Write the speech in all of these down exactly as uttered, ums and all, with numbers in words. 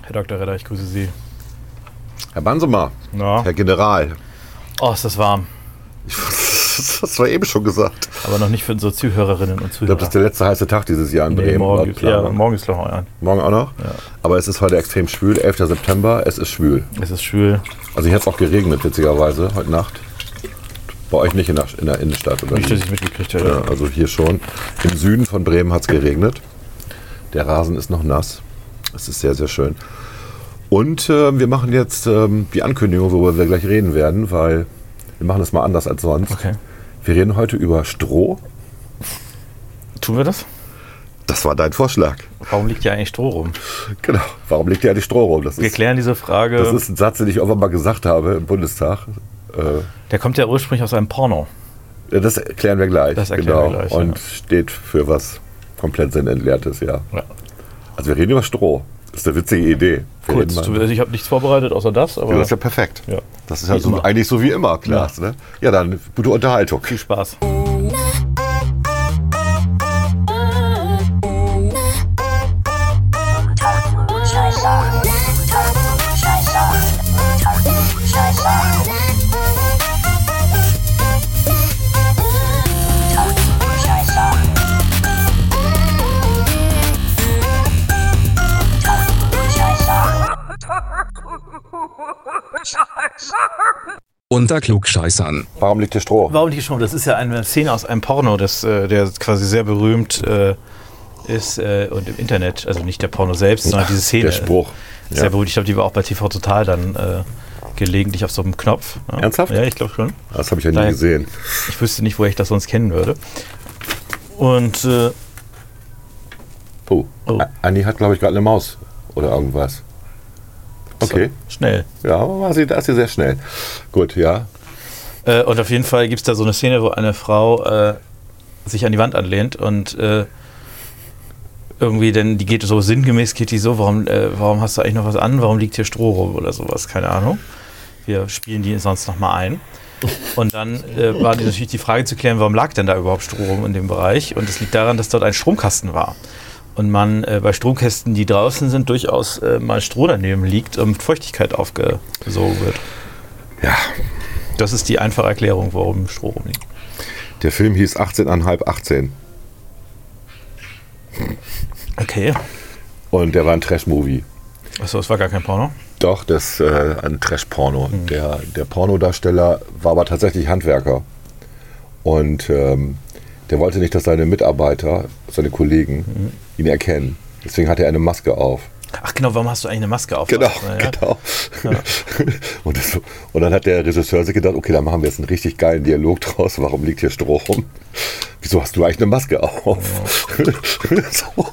Herr Doktor Redder, ich grüße Sie. Herr Bansemer, Na? Herr General. Oh, ist das warm. Das hast du eben schon gesagt. Aber noch nicht für unsere Zuhörerinnen und Ich Zuhörer. glaube, das ist der letzte heiße Tag dieses Jahr in nee, Bremen. morgen, laut ist, ja, Planung. morgen ist noch ein. Morgen auch noch? Ja. Aber es ist heute extrem schwül, elfter September, es ist schwül. Es ist schwül. Also hier hat es auch geregnet, witzigerweise, heute Nacht. Bei euch nicht in der, in der Innenstadt, oder? Nicht, wie? dass ich mitgekriegt hätte. Ja, also hier schon. Im Süden von Bremen hat es geregnet. Der Rasen ist noch nass. Es ist sehr, sehr schön. Und äh, wir machen jetzt ähm, die Ankündigung, worüber wir gleich reden werden, weil wir machen das mal anders als sonst. Okay. Wir reden heute über Stroh. Tun wir das? Das war dein Vorschlag. Warum liegt hier eigentlich Stroh rum? Genau. Warum liegt hier eigentlich Stroh rum? Das Wir ist, klären diese Frage. das ist ein Satz, den ich irgendwann mal gesagt habe im Bundestag. Äh, Der kommt ja ursprünglich aus einem Porno. das erklären wir gleich. Das erklären genau. wir gleich, Und ja. steht für was komplett sinnentleertes, ja. Ja. Also wir reden über Stroh. Das ist eine witzige Idee. Wir Kurz, reden mal- also ich habe nichts vorbereitet, außer das, aber Ja, das ist ja perfekt. Ja. Das ist ja Wie so, immer. eigentlich so wie immer, Klaas. Ja, ne? Ja, dann gute Unterhaltung. viel Spaß. Unter Klugscheißern. Warum liegt hier Stroh? Warum liegt schon? Das ist ja eine Szene aus einem Porno, das, äh, der quasi sehr berühmt äh, ist äh, und im Internet, also nicht der Porno selbst, sondern diese Szene. Der Spruch. Sehr Ja. berühmt. Ich glaube, die war auch bei T V Total dann äh, gelegentlich auf so einem Knopf. Ja. Ernsthaft? Ja, ich glaube schon. Das habe ich ja nie Daher- gesehen. Ich wüsste nicht, woher ich das sonst kennen würde. Und äh, Oh. Oh. Anni hat, glaube ich, gerade eine Maus oder irgendwas. Okay. so, schnell. Ja, aber war sie, da ist sie sehr schnell. Gut, ja. Äh, und auf jeden Fall gibt es da so eine Szene, wo eine Frau äh, sich an die Wand anlehnt und äh, irgendwie, denn die geht so sinngemäß, geht die so, warum, äh, warum hast du eigentlich noch was an, warum liegt hier Stroh rum oder sowas, keine Ahnung. Wir spielen die sonst nochmal ein. Und dann äh, war die natürlich die Frage zu klären, warum lag denn da überhaupt Stroh rum in dem Bereich? Und es liegt daran, dass dort ein Stromkasten war. Und man äh, bei Stromkästen, die draußen sind, durchaus äh, mal Stroh daneben liegt und Feuchtigkeit aufgesogen wird. Ja. Das ist die einfache Erklärung, warum Stroh rumliegt. Der Film hieß achtzehn Komma fünf achtzehn. Okay. Und der war ein Trash-Movie. Achso, es war gar kein Porno? Doch, das ist äh, ein Trash-Porno. Der, der Pornodarsteller war aber tatsächlich Handwerker. Und ähm, der wollte nicht, dass seine Mitarbeiter, seine Kollegen, Mhm. ihn erkennen. Deswegen hatte er eine Maske auf. Ach genau, warum hast du eigentlich eine Maske auf? Genau, Ja. genau. Und, das, und dann hat der Regisseur sich gedacht, okay, dann machen wir jetzt einen richtig geilen Dialog draus. Warum liegt hier Stroh rum? Wieso hast du eigentlich eine Maske auf? So.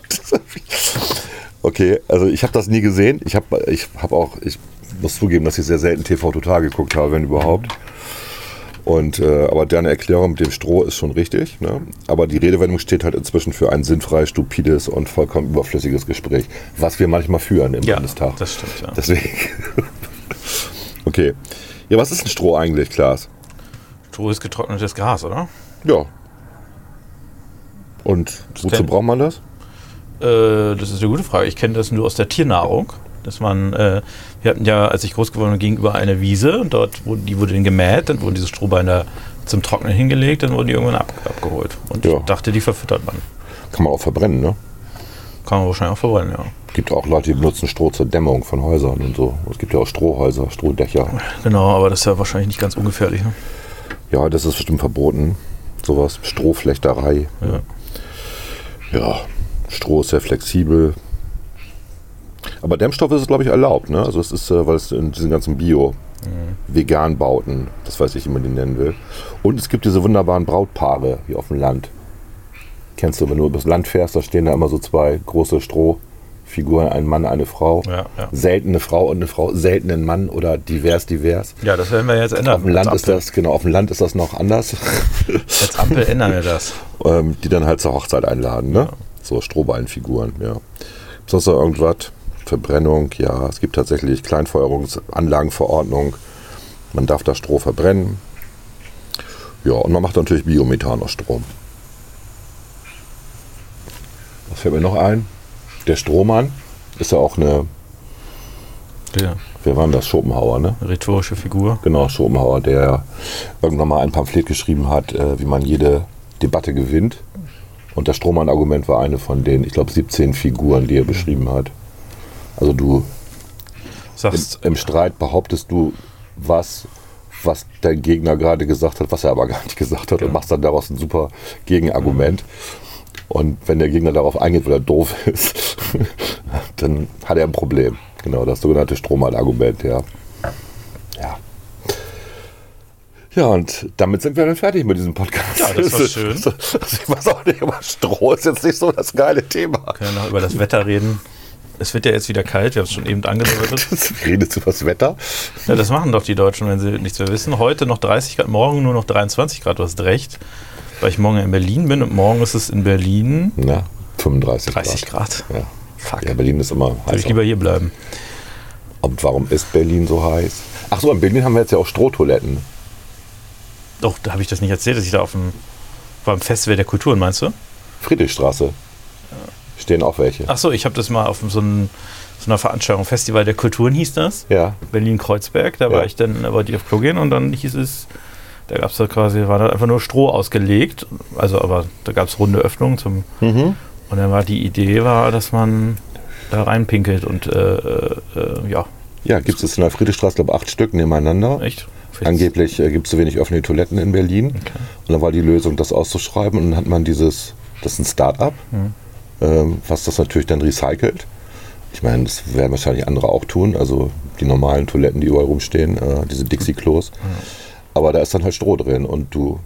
Okay, also ich habe das nie gesehen. Ich habe ich hab auch, ich muss zugeben, dass ich sehr selten T V Total geguckt habe, wenn überhaupt. Und, äh, aber deine Erklärung mit dem Stroh ist schon richtig. Ne? Aber die Redewendung steht halt inzwischen für ein sinnfreies, stupides und vollkommen überflüssiges Gespräch, was wir manchmal führen im Ja, Bundestag. das stimmt, ja. Deswegen. Okay. Ja, was ist ein Stroh eigentlich, Klaas? Stroh ist getrocknetes Gras, oder? Ja. Und wozu kenn- braucht man das? Äh, das ist eine gute Frage. Ich kenne das nur aus der Tiernahrung. Dass man, äh, wir hatten ja, als ich groß geworden bin, gegenüber eine Wiese und dort wurde, die wurde dann gemäht, dann wurden diese Strohbeine zum Trocknen hingelegt, dann wurden die irgendwann ab, abgeholt. Und Ja. ich dachte, die verfüttert man. Kann man auch verbrennen, ne? Kann man wahrscheinlich auch verbrennen, ja. Gibt auch Leute, die benutzen Stroh zur Dämmung von Häusern und so. Es gibt ja auch Strohhäuser, Strohdächer. Genau, aber das ist ja wahrscheinlich nicht ganz ungefährlich. Ne? Ja, das ist bestimmt verboten. Sowas, Strohflechterei. Ja. Ja, Stroh ist sehr flexibel. Aber Dämmstoff ist es, glaube ich, erlaubt. Ne? Also es ist, äh, weil es in diesen ganzen Bio-Vegan-Bauten, das weiß ich, wie man die nennen will. Und es gibt diese wunderbaren Brautpaare hier auf dem Land. Kennst du, wenn du übers Land fährst, da stehen da immer so zwei große Strohfiguren, ein Mann, eine Frau. Ja, ja. Selten eine Frau und eine Frau, selten ein Mann oder divers, divers. Ja, das werden wir jetzt ändern. Auf dem Land Als ist das, genau, auf dem Land ist das noch anders. Als Ampel ändern wir das. ähm, die dann halt zur Hochzeit einladen, ne? Ja. So Strohballenfiguren, ja. Sonst noch irgendwas? Verbrennung, ja. Es gibt tatsächlich Kleinfeuerungsanlagenverordnung. Man darf das Stroh verbrennen. Ja, und man macht natürlich Biomethan aus Strom. Was fällt mir noch ein? Der Strohmann ist ja auch eine Ja. Wer war denn das? Schopenhauer, ne? Rhetorische Figur. Genau, Schopenhauer, der irgendwann mal ein Pamphlet geschrieben hat, äh, wie man jede Debatte gewinnt. Und das Strohmann-Argument war eine von den, ich glaube, siebzehn Figuren, die er beschrieben hat. Also du Sagst, im, im Streit behauptest du was, was dein Gegner gerade gesagt hat, was er aber gar nicht gesagt hat, Ja. und machst dann daraus ein super Gegenargument. Und wenn der Gegner darauf eingeht, weil er doof ist, dann hat er ein Problem. Genau, das sogenannte Strohmann-Argument, ja. Ja. Ja, und damit sind wir dann fertig mit diesem Podcast. Ja, das war schön. Also, ich weiß auch nicht, aber Stroh ist jetzt nicht so das geile Thema. wir können noch über das Wetter reden. Es wird ja jetzt wieder kalt, wir haben es schon eben angedeutet. Redest du über das Wetter? Ja, das machen doch die Deutschen, wenn sie nichts mehr wissen. Heute noch dreißig Grad, morgen nur noch dreiundzwanzig Grad, du hast recht. Weil ich morgen in Berlin bin und morgen ist es in Berlin Na, fünfunddreißig dreißig Grad. Ja. Fuck. Ja, Berlin ist immer Würde heiß. ich lieber hier bleiben. Und warum ist Berlin so heiß? Ach so, in Berlin haben wir jetzt ja auch Strohtoiletten. Doch, da habe ich das nicht erzählt, dass ich da auf dem, beim Festival der Kulturen, meinst du? Friedrichstraße. Stehen auch welche. Ach so, ich habe das mal auf so, ein, so einer Veranstaltung, Festival der Kulturen hieß das. Ja. Berlin-Kreuzberg, da Ja. war ich dann, da wollte ich auf Klo gehen und dann hieß es, da gab es da quasi, war da einfach nur Stroh ausgelegt, also aber da gab es runde Öffnungen zum, Mhm. und dann war die Idee, war, dass man da reinpinkelt und äh, äh, ja, Ja, gibt es in der Friedrichstraße, glaube ich, acht Stück nebeneinander. echt? Angeblich äh, gibt es zu wenig offene Toiletten in Berlin. Okay. Und dann war die Lösung, das auszuschreiben. Und dann hat man dieses, das ist ein Start-up, Mhm. ähm, was das natürlich dann recycelt. Ich meine, das werden wahrscheinlich andere auch tun. Also die normalen Toiletten, die überall rumstehen, äh, diese Dixie-Klos. Aber da ist dann halt Stroh drin und du,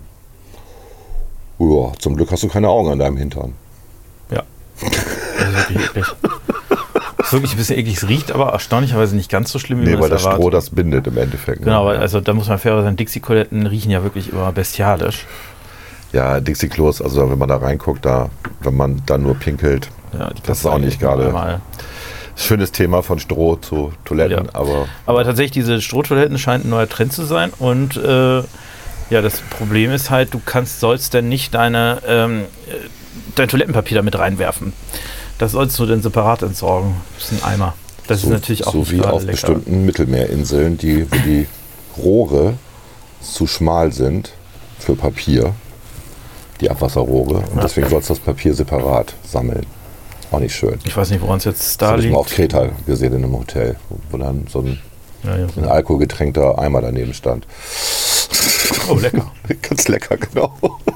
ja, zum Glück hast du keine Augen an deinem Hintern. Ja. Das ist wirklich eklig. Das ist wirklich ein bisschen eklig. Es riecht aber erstaunlicherweise nicht ganz so schlimm, wie Nee, man weil es das Stroh erwartet. das bindet im Endeffekt. ne? Genau, weil, also da muss man fairerweise sagen, Dixie-Toiletten riechen ja wirklich immer bestialisch. Ja, Dixie-Klos, also wenn man da reinguckt, da, wenn man dann nur pinkelt. Ja, die Das ist kannst du auch nicht eigentlich nur gerade- einmal- Schönes Thema von Stroh zu Toiletten, Ja. aber Aber tatsächlich, diese Strohtoiletten scheint ein neuer Trend zu sein. Und äh, ja, das Problem ist halt, du kannst, sollst denn nicht deine, ähm, äh, dein Toilettenpapier damit reinwerfen. Das sollst du dann separat entsorgen. Das ist ein Eimer. Das so, ist natürlich auch so nicht wie gerade auf lecker. bestimmten Mittelmeerinseln, die, wo die Rohre zu schmal sind für Papier, die Abwasserrohre. Und Ja. deswegen sollst du das Papier separat sammeln. Auch nicht schön. Ich weiß nicht, woran es jetzt Das da habe ich liegt. mal auf Kreta gesehen in einem Hotel, wo dann so ein, Ja, ja. ein alkoholgetränkter Eimer daneben stand. Oh, lecker. Ganz lecker, genau.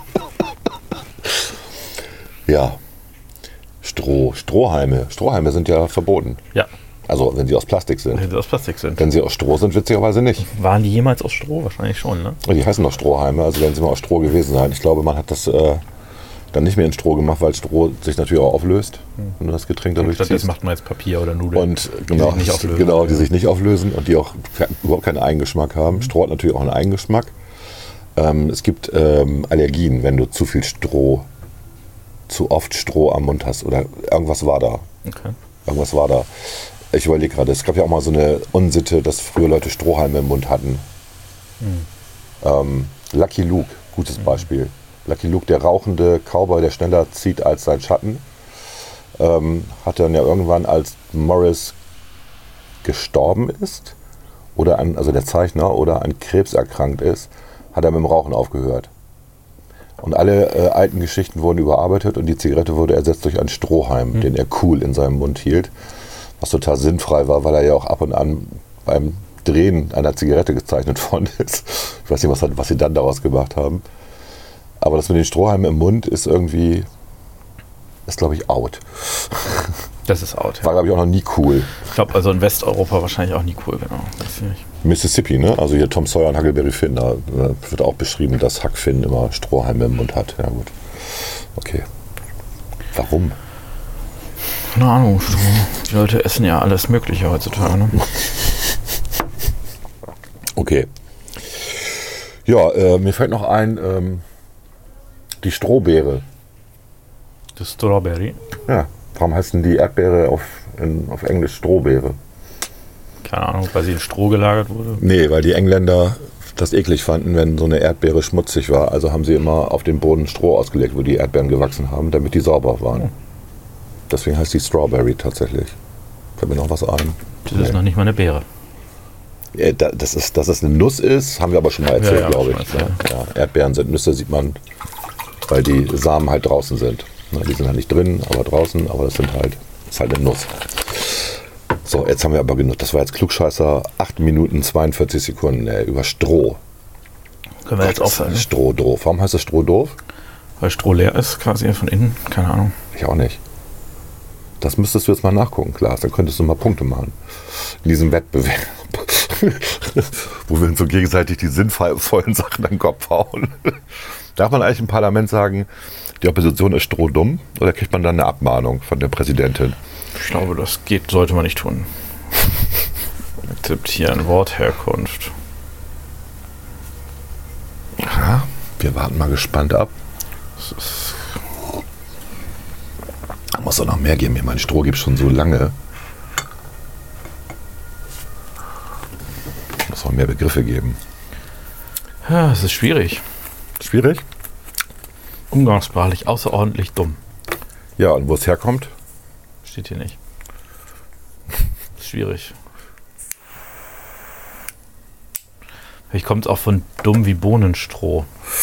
Ja. Stroh, Strohhalme. Strohhalme sind ja verboten. Ja, Also wenn sie aus Plastik sind. wenn sie aus Plastik sind. Wenn sie aus Stroh sind, witzigerweise nicht. Waren die jemals aus Stroh? Wahrscheinlich schon, ne? Die heißen doch Strohhalme, also werden sie mal aus Stroh gewesen sein. Ich glaube, man hat das äh, dann nicht mehr in Stroh gemacht, weil Stroh sich natürlich auch auflöst, wenn du das Getränk dadurch Stattdessen ziehst. macht man jetzt Papier oder Nudeln. Und genau, sich nicht auflösen. genau, die sich nicht auflösen und die auch ke- überhaupt keinen Eigengeschmack haben. Stroh hat natürlich auch einen Eigengeschmack. Ähm, es gibt ähm, Allergien, wenn du zu viel Stroh, zu oft Stroh am Mund hast oder irgendwas war da. Okay. Irgendwas war da. Ich überlege gerade, es gab ja auch mal so eine Unsitte, dass früher Leute Strohhalme im Mund hatten. Ähm, Lucky Luke, gutes Beispiel. Lucky Luke, der rauchende Cowboy, der schneller zieht als sein Schatten, ähm, hat dann ja irgendwann, als Morris gestorben ist, oder an, also der Zeichner, oder an Krebs erkrankt ist, hat er mit dem Rauchen aufgehört. Und alle äh, alten Geschichten wurden überarbeitet und die Zigarette wurde ersetzt durch einen Strohhalm, den er cool in seinem Mund hielt. Was total sinnfrei war, weil er ja auch ab und an beim Drehen einer Zigarette gezeichnet worden ist. Ich weiß nicht, was, was sie dann daraus gemacht haben. Aber das mit den Strohhalmen im Mund ist irgendwie, ist glaube ich out. Das ist out. War Ja. glaube ich auch noch nie cool. Ich glaube, also in Westeuropa wahrscheinlich auch nie cool, genau. Weiß ich nicht. Mississippi, ne? Also hier Tom Sawyer und Huckleberry Finn, da äh, wird auch beschrieben, dass Huck Finn immer Strohhalme im Mund hat. Ja gut. Okay. Warum? Keine Ahnung. Die Leute essen ja alles Mögliche heutzutage, ne? Okay. Ja, äh, mir fällt noch ein, ähm, die Strohbeere. Das Strawberry. Ja, warum heißt denn die Erdbeere auf, in, auf Englisch Strohbeere? Keine Ahnung, weil sie in Stroh gelagert wurde. Nee, weil die Engländer das eklig fanden, wenn so eine Erdbeere schmutzig war. Also haben sie immer auf den Boden Stroh ausgelegt, wo die Erdbeeren gewachsen haben, damit die sauber waren. Deswegen heißt die Strawberry tatsächlich. Fällt mir noch was ein? Das Nee. ist noch nicht mal eine Beere. Ja, da- das ist, dass es eine Nuss ist, haben wir aber schon mal erzählt, Ja, ja, glaube schon ich. mal Ne? Ja, Erdbeeren sind Nüsse, sieht man, weil die Samen halt draußen sind. Ne, die sind halt nicht drin, aber draußen, aber das sind halt, ist halt eine Nuss. So, jetzt haben wir aber genug. Das war jetzt Klugscheißer, acht Minuten zweiundvierzig Sekunden ey, über Stroh. Können wir jetzt Das aufhören? ist Stroh doof. Warum heißt das Stroh doof? Weil Stroh leer ist, quasi von innen. Keine Ahnung. Ich auch nicht. Das müsstest du jetzt mal nachgucken, Klaas. Dann könntest du mal Punkte machen. In diesem Wettbewerb. Wo wir uns so gegenseitig die sinnvollen Sachen an den Kopf hauen. Darf man eigentlich im Parlament sagen, die Opposition ist strohdumm? Oder kriegt man dann eine Abmahnung von der Präsidentin? Ich glaube, das geht, sollte man nicht tun. Akzeptieren Wortherkunft. Ja, wir warten mal gespannt ab. Das ist Da muss doch noch mehr geben. Ich meine, Stroh gibt es schon so lange. Muss auch mehr Begriffe geben. Ja, es ist schwierig. Schwierig? Umgangssprachlich außerordentlich dumm. Ja, und wo es herkommt? Steht hier nicht. Ist schwierig. Vielleicht kommt es auch von dumm wie Bohnenstroh.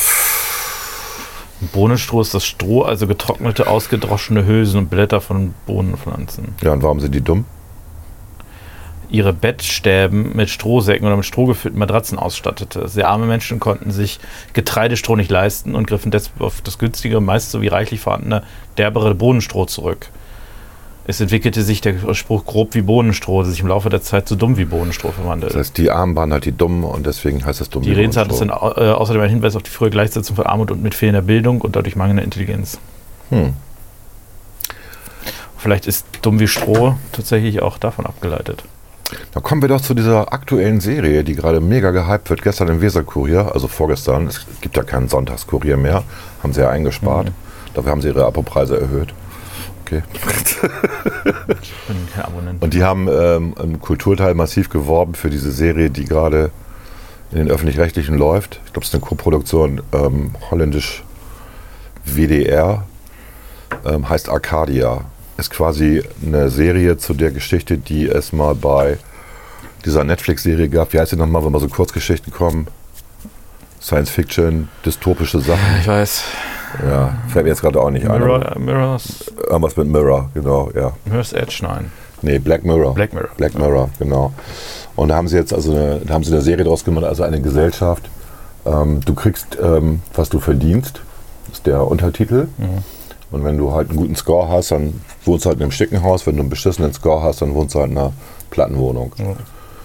Und Bohnenstroh ist das Stroh, also getrocknete, ausgedroschene Hülsen und Blätter von Bohnenpflanzen. Ja, und warum sind die dumm? Ihre Bettstäben mit Strohsäcken oder mit Stroh gefüllten Matratzen ausstattete. Sehr arme Menschen konnten sich Getreidestroh nicht leisten und griffen deshalb auf das günstigere, meist sowie reichlich vorhandene, derbere Bohnenstroh zurück. Es entwickelte sich der Spruch grob wie Bohnenstroh, der sich im Laufe der Zeit zu dumm wie Bohnenstroh verwandelte. Das heißt, die Armen waren halt die Dummen und deswegen heißt das dumm. Die wie Redensart ist Bohnenstroh. dann au- äh, außerdem ein Hinweis auf die frühe Gleichsetzung von Armut und mit fehlender Bildung und dadurch mangelnder Intelligenz. Hm. Vielleicht ist dumm wie Stroh tatsächlich auch davon abgeleitet. Da kommen wir doch zu dieser aktuellen Serie, die gerade mega gehypt wird. Gestern im Weserkurier, also vorgestern. Es gibt ja keinen Sonntagskurier mehr. Haben sie ja eingespart. Mhm. Dafür haben sie ihre Abo-Preise erhöht. Okay. Ich bin kein Abonnent. Und die haben ähm, im Kulturteil massiv geworben für diese Serie, die gerade in den Öffentlich-Rechtlichen läuft. Ich glaube, es ist eine Koproduktion ähm, holländisch W D R. Ähm, heißt Arcadia. Ist quasi eine Serie zu der Geschichte, die es mal bei dieser Netflix-Serie gab. Wie heißt die nochmal, wenn mal so Kurzgeschichten kommen? Science Fiction, dystopische Sachen. Ich weiß. Ja, fällt mir jetzt gerade auch nicht ein. Mirror, Mirrors, Irgendwas mit Mirror, genau, ja. Mirror's Edge, nein. Nee, Black Mirror. Black Mirror. Black Mirror, genau. Und da haben sie jetzt also eine, da haben sie eine Serie draus gemacht, also eine Gesellschaft. Ähm, du kriegst, ähm, was du verdienst, ist der Untertitel. Mhm. Und wenn du halt einen guten Score hast, dann wohnst du halt in einem Stickenhaus. Wenn du einen beschissenen Score hast, dann wohnst du halt in einer Plattenwohnung. Ja.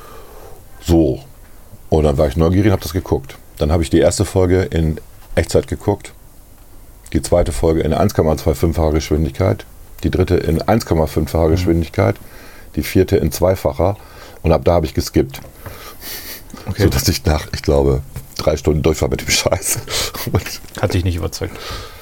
So. Und dann war ich neugierig und habe das geguckt. Dann habe ich die erste Folge in Echtzeit geguckt. Die zweite Folge in eins Komma fünfundzwanzigfacher Geschwindigkeit. Die dritte in eins Komma fünffacher Geschwindigkeit. Die vierte in zweifacher. Und ab da habe ich geskippt. Okay. So dass ich nach, ich glaube, drei Stunden durch war mit dem Scheiß. Und Hat dich nicht überzeugt.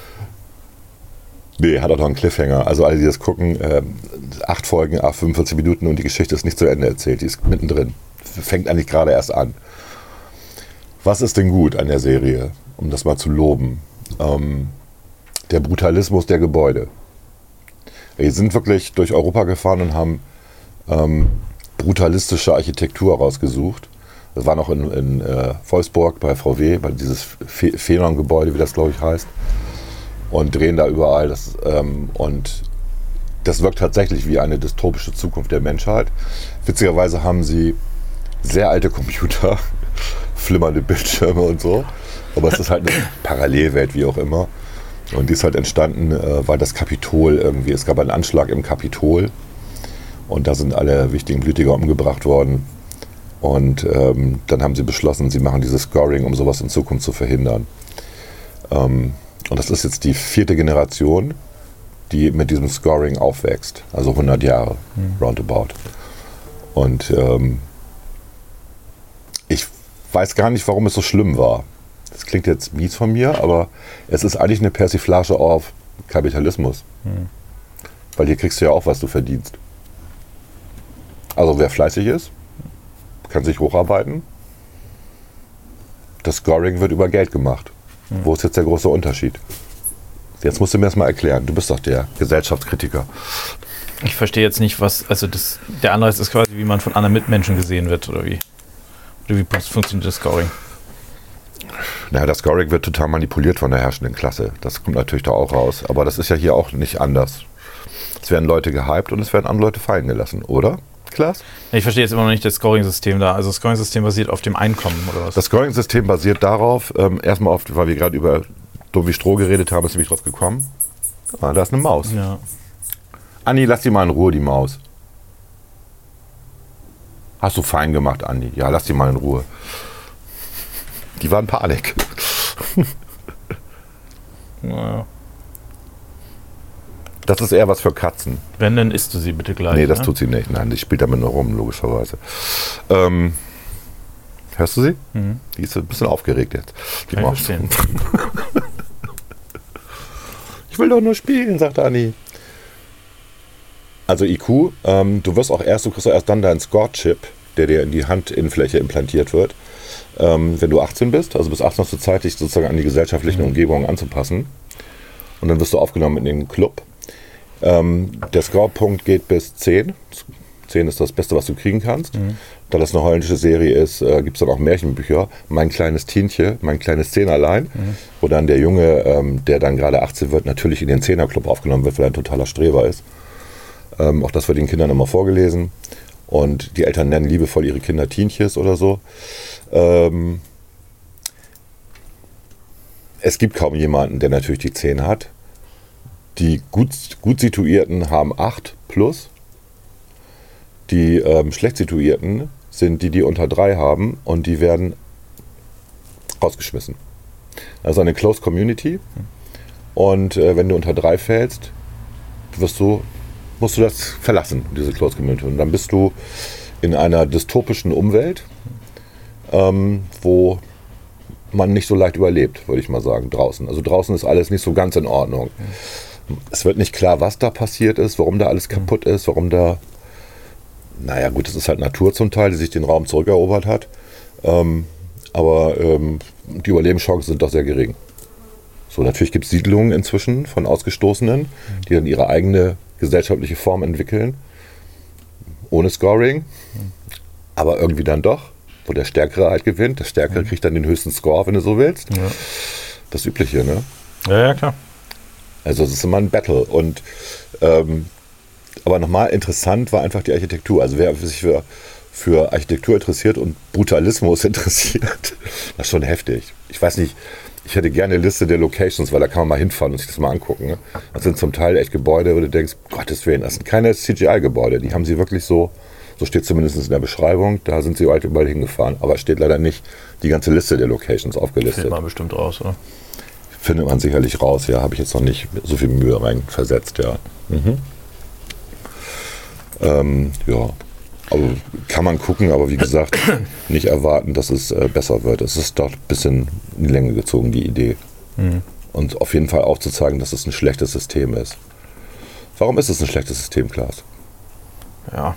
nee, hat auch noch einen Cliffhanger. Also alle, die das gucken, ähm, acht Folgen, ah, fünfundvierzig Minuten und die Geschichte ist nicht zu Ende erzählt. Die ist mittendrin. Fängt eigentlich gerade erst an. Was ist denn gut an der Serie, um das mal zu loben? Ähm, der Brutalismus der Gebäude. Wir sind wirklich durch Europa gefahren und haben ähm, brutalistische Architektur rausgesucht. Das war noch in, in äh, Wolfsburg bei V W, bei dieses Phenon-Gebäude, wie das glaube ich heißt. Und drehen da überall. Das, ähm, und das wirkt tatsächlich wie eine dystopische Zukunft der Menschheit. Witzigerweise haben sie sehr alte Computer, flimmernde Bildschirme und so. Aber es ist halt eine Parallelwelt, wie auch immer. Und die ist halt entstanden, äh, weil das Kapitol irgendwie, es gab einen Anschlag im Kapitol. Und da sind alle wichtigen Politiker umgebracht worden. Und ähm, dann haben sie beschlossen, sie machen dieses Scoring, um sowas in Zukunft zu verhindern. Ähm, und das ist jetzt die vierte Generation, die mit diesem Scoring aufwächst. Also hundert Jahre, mhm. roundabout. Und ähm, ich weiß gar nicht, warum es so schlimm war. Das klingt jetzt mies von mir, aber es ist eigentlich eine Persiflage auf Kapitalismus. Mhm. Weil hier kriegst du ja auch, was du verdienst. Also wer fleißig ist, kann sich hocharbeiten. Das Scoring wird über Geld gemacht. Mhm. Wo ist jetzt der große Unterschied? Jetzt musst du mir das mal erklären. Du bist doch der Gesellschaftskritiker. Ich verstehe jetzt nicht, was, also das, der Anreiz ist quasi, wie man von anderen Mitmenschen gesehen wird, oder wie? Oder wie funktioniert das Scoring? Naja, das Scoring wird total manipuliert von der herrschenden Klasse. Das kommt natürlich da auch raus. Aber das ist ja hier auch nicht anders. Es werden Leute gehypt und es werden andere Leute fallen gelassen, oder? Klaas? Ich verstehe jetzt immer noch nicht das Scoring-System da. Also das Scoring-System basiert auf dem Einkommen, oder was? Das Scoring-System basiert darauf, ähm, erstmal auf, weil wir gerade über Dumm wie Stroh geredet haben, ist nämlich drauf gekommen. Ah, da ist eine Maus. Ja. Anni, lass die mal in Ruhe, die Maus. Hast du fein gemacht, Andi. Ja, lass die mal in Ruhe. Die war in Panik. Naja. Das ist eher was für Katzen. Wenn, dann isst du sie bitte gleich. Nee, das ne? tut sie nicht. Nein, die spielt damit nur rum, logischerweise. Ähm, hörst du sie? Mhm. Die ist ein bisschen aufgeregt jetzt. Die Kann ich Maus. verstehen. Ich will doch nur spielen, sagt Anni. Also I Q, ähm, du wirst auch erst, du kriegst auch erst dann deinen Score-Chip, der dir in die Handinnenfläche implantiert wird, ähm, wenn du achtzehn bist. Also bis achtzehn hast du Zeit, dich sozusagen an die gesellschaftlichen Mhm. Umgebungen anzupassen. Und dann wirst du aufgenommen in den Club. Ähm, der Score-Punkt geht bis zehn. zehn ist das Beste, was du kriegen kannst. Mhm. Da das eine holländische Serie ist, äh, gibt es dann auch Märchenbücher. Mein kleines Tientje, mein kleines Zehnerlein, Mhm. wo dann der Junge, ähm, der dann gerade achtzehn wird, natürlich in den Zehnerclub aufgenommen wird, weil er ein totaler Streber ist. Ähm, auch das wird den Kindern immer vorgelesen. Und die Eltern nennen liebevoll ihre Kinder Tientjes oder so. Ähm, es gibt kaum jemanden, der natürlich die zehn hat. Die gut, gut Situierten haben acht plus. Die ähm, schlecht Situierten sind die, die unter drei haben und die werden rausgeschmissen. Also eine Closed Community. Und äh, wenn du unter drei fällst, wirst du, musst du das verlassen, diese Closed Community. Und dann bist du in einer dystopischen Umwelt, ähm, wo man nicht so leicht überlebt, würde ich mal sagen, draußen. Also draußen ist alles nicht so ganz in Ordnung. Es wird nicht klar, was da passiert ist, warum da alles kaputt ist, warum da... Naja gut, es ist halt Natur zum Teil, die sich den Raum zurückerobert hat. Ähm, aber ähm, die Überlebenschancen sind doch sehr gering. So, natürlich gibt es Siedlungen inzwischen von Ausgestoßenen, die dann ihre eigene gesellschaftliche Form entwickeln. Ohne Scoring. Aber irgendwie dann doch, wo der Stärkere halt gewinnt. Der Stärkere kriegt dann den höchsten Score, wenn du so willst. Ja. Das Übliche, ne? Ja, ja, klar. Also es ist immer ein Battle. Und ähm, aber nochmal interessant war einfach die Architektur. Also wer sich für, für Architektur interessiert und Brutalismus interessiert, das ist schon heftig. Ich weiß nicht, ich hätte gerne eine Liste der Locations, weil da kann man mal hinfahren und sich das mal angucken. Ne? Das sind zum Teil echt Gebäude, wo du denkst, Gottes Willen, das sind keine C G I-Gebäude. Die haben sie wirklich so, so steht zumindest in der Beschreibung, da sind sie halt überall hingefahren. Aber es steht leider nicht die ganze Liste der Locations aufgelistet. Findet man bestimmt raus, oder? Findet man sicherlich raus, ja. Habe ich jetzt noch nicht so viel Mühe rein versetzt, ja. Mhm. Ähm, ja, also kann man gucken, aber wie gesagt, nicht erwarten, dass es äh, besser wird. Es ist doch ein bisschen in die Länge gezogen, die Idee. Mhm. Und auf jeden Fall aufzuzeigen, dass es ein schlechtes System ist. Warum ist es ein schlechtes System, Klaas? Ja.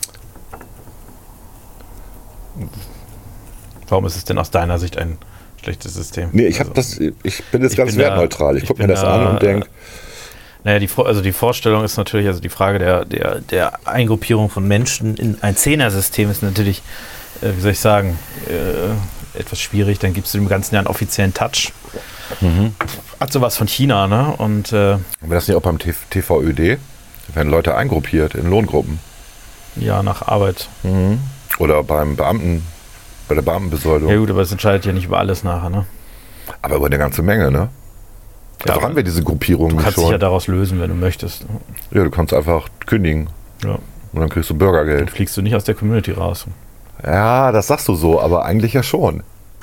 Warum ist es denn aus deiner Sicht ein schlechtes System? Nee, ich, hab Also, das, ich bin jetzt ich ganz bin da- wertneutral. Ich, ich gucke mir bin das da, an und denke, Naja, die, Vor- also die Vorstellung ist natürlich, also die Frage der, der, der Eingruppierung von Menschen in ein Zehner-System ist natürlich, äh, wie soll ich sagen, äh, etwas schwierig. Dann gibst du dem Ganzen ja einen offiziellen Touch. Hat sowas von China, ne? Und äh, wäre das nicht auch beim T V Ö D? Werden Leute eingruppiert in Lohngruppen. ja, nach Arbeit. Oder beim Beamten, bei der Beamtenbesoldung. Ja gut, aber es entscheidet ja nicht über alles nachher, ne? Aber über eine ganze Menge, ne? Ja, Also haben wir diese Gruppierungen Du kannst schon. dich ja daraus lösen, wenn du möchtest. Ja, du kannst einfach kündigen Ja. und dann kriegst du Dann Bürgergeld. fliegst du nicht aus der Community raus. Ja, das sagst du so, aber eigentlich ja schon.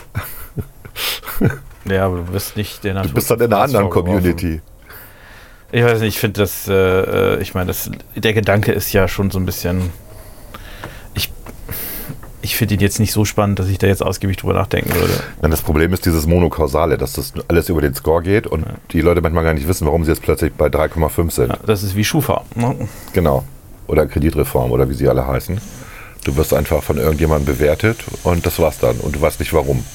Ja, aber du bist nicht der Natur. Du bist dann in einer anderen vorgeworfen. Community. Ich weiß nicht, ich finde das, äh, ich meine, das, der Gedanke ist ja schon so ein bisschen, ich, ich finde ihn jetzt nicht so spannend, dass ich da jetzt ausgiebig drüber nachdenken würde. Dann das Problem ist dieses Monokausale, dass das alles über den Score geht und die Leute manchmal gar nicht wissen, warum sie jetzt plötzlich bei drei Komma fünf sind. Ja, das ist wie Schufa. Ne? Genau. Oder Kreditreform oder wie sie alle heißen. Du wirst einfach von irgendjemandem bewertet und das war's dann. Und du weißt nicht warum.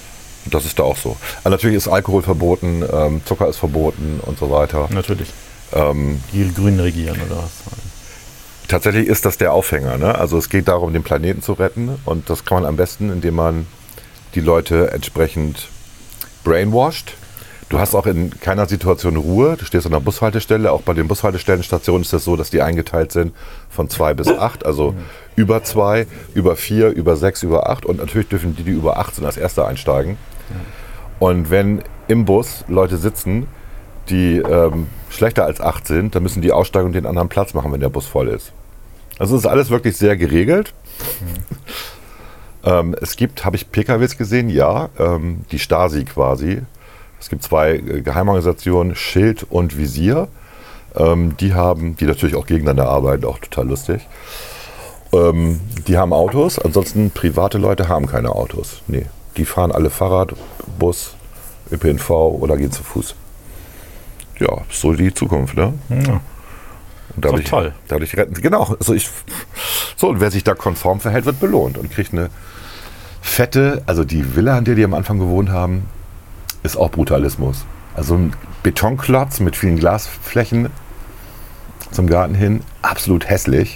Und das ist da auch so. Aber natürlich ist Alkohol verboten, ähm, Zucker ist verboten und so weiter. Natürlich. Ähm, Die Grünen regieren oder was? Tatsächlich ist das der Aufhänger. Ne? Also es geht darum, den Planeten zu retten. Und das kann man am besten, indem man die Leute entsprechend brainwashed. Du hast auch in keiner Situation Ruhe. Du stehst an der Bushaltestelle. Auch bei den Bushaltestellenstationen ist es das so, dass die eingeteilt sind von zwei bis acht. Also mhm. über zwei, über vier, über sechs, über acht. Und natürlich dürfen die, die über acht sind, als Erste einsteigen. Mhm. Und wenn im Bus Leute sitzen, die ähm, schlechter als acht sind, dann müssen die aussteigen und den anderen Platz machen, wenn der Bus voll ist. Also es ist alles wirklich sehr geregelt. Mhm. Ähm, es gibt, habe ich P K Ws gesehen? Ja, ähm, die Stasi quasi. Es gibt zwei äh, Geheimorganisationen, Schild und Visier. Ähm, die haben, die natürlich auch gegeneinander arbeiten, auch total lustig. Ähm, die haben Autos, ansonsten private Leute haben keine Autos. Nee, die fahren alle Fahrrad, Bus, Ö P N V oder gehen zu Fuß. Ja, so die Zukunft, ne? Ja. Und dadurch, toll. Dadurch retten sie, genau. Also ich, so, und wer sich da konform verhält, wird belohnt und kriegt eine fette, also die Villa, an der die am Anfang gewohnt haben, ist auch Brutalismus. Also ein Betonklotz mit vielen Glasflächen zum Garten hin, absolut hässlich.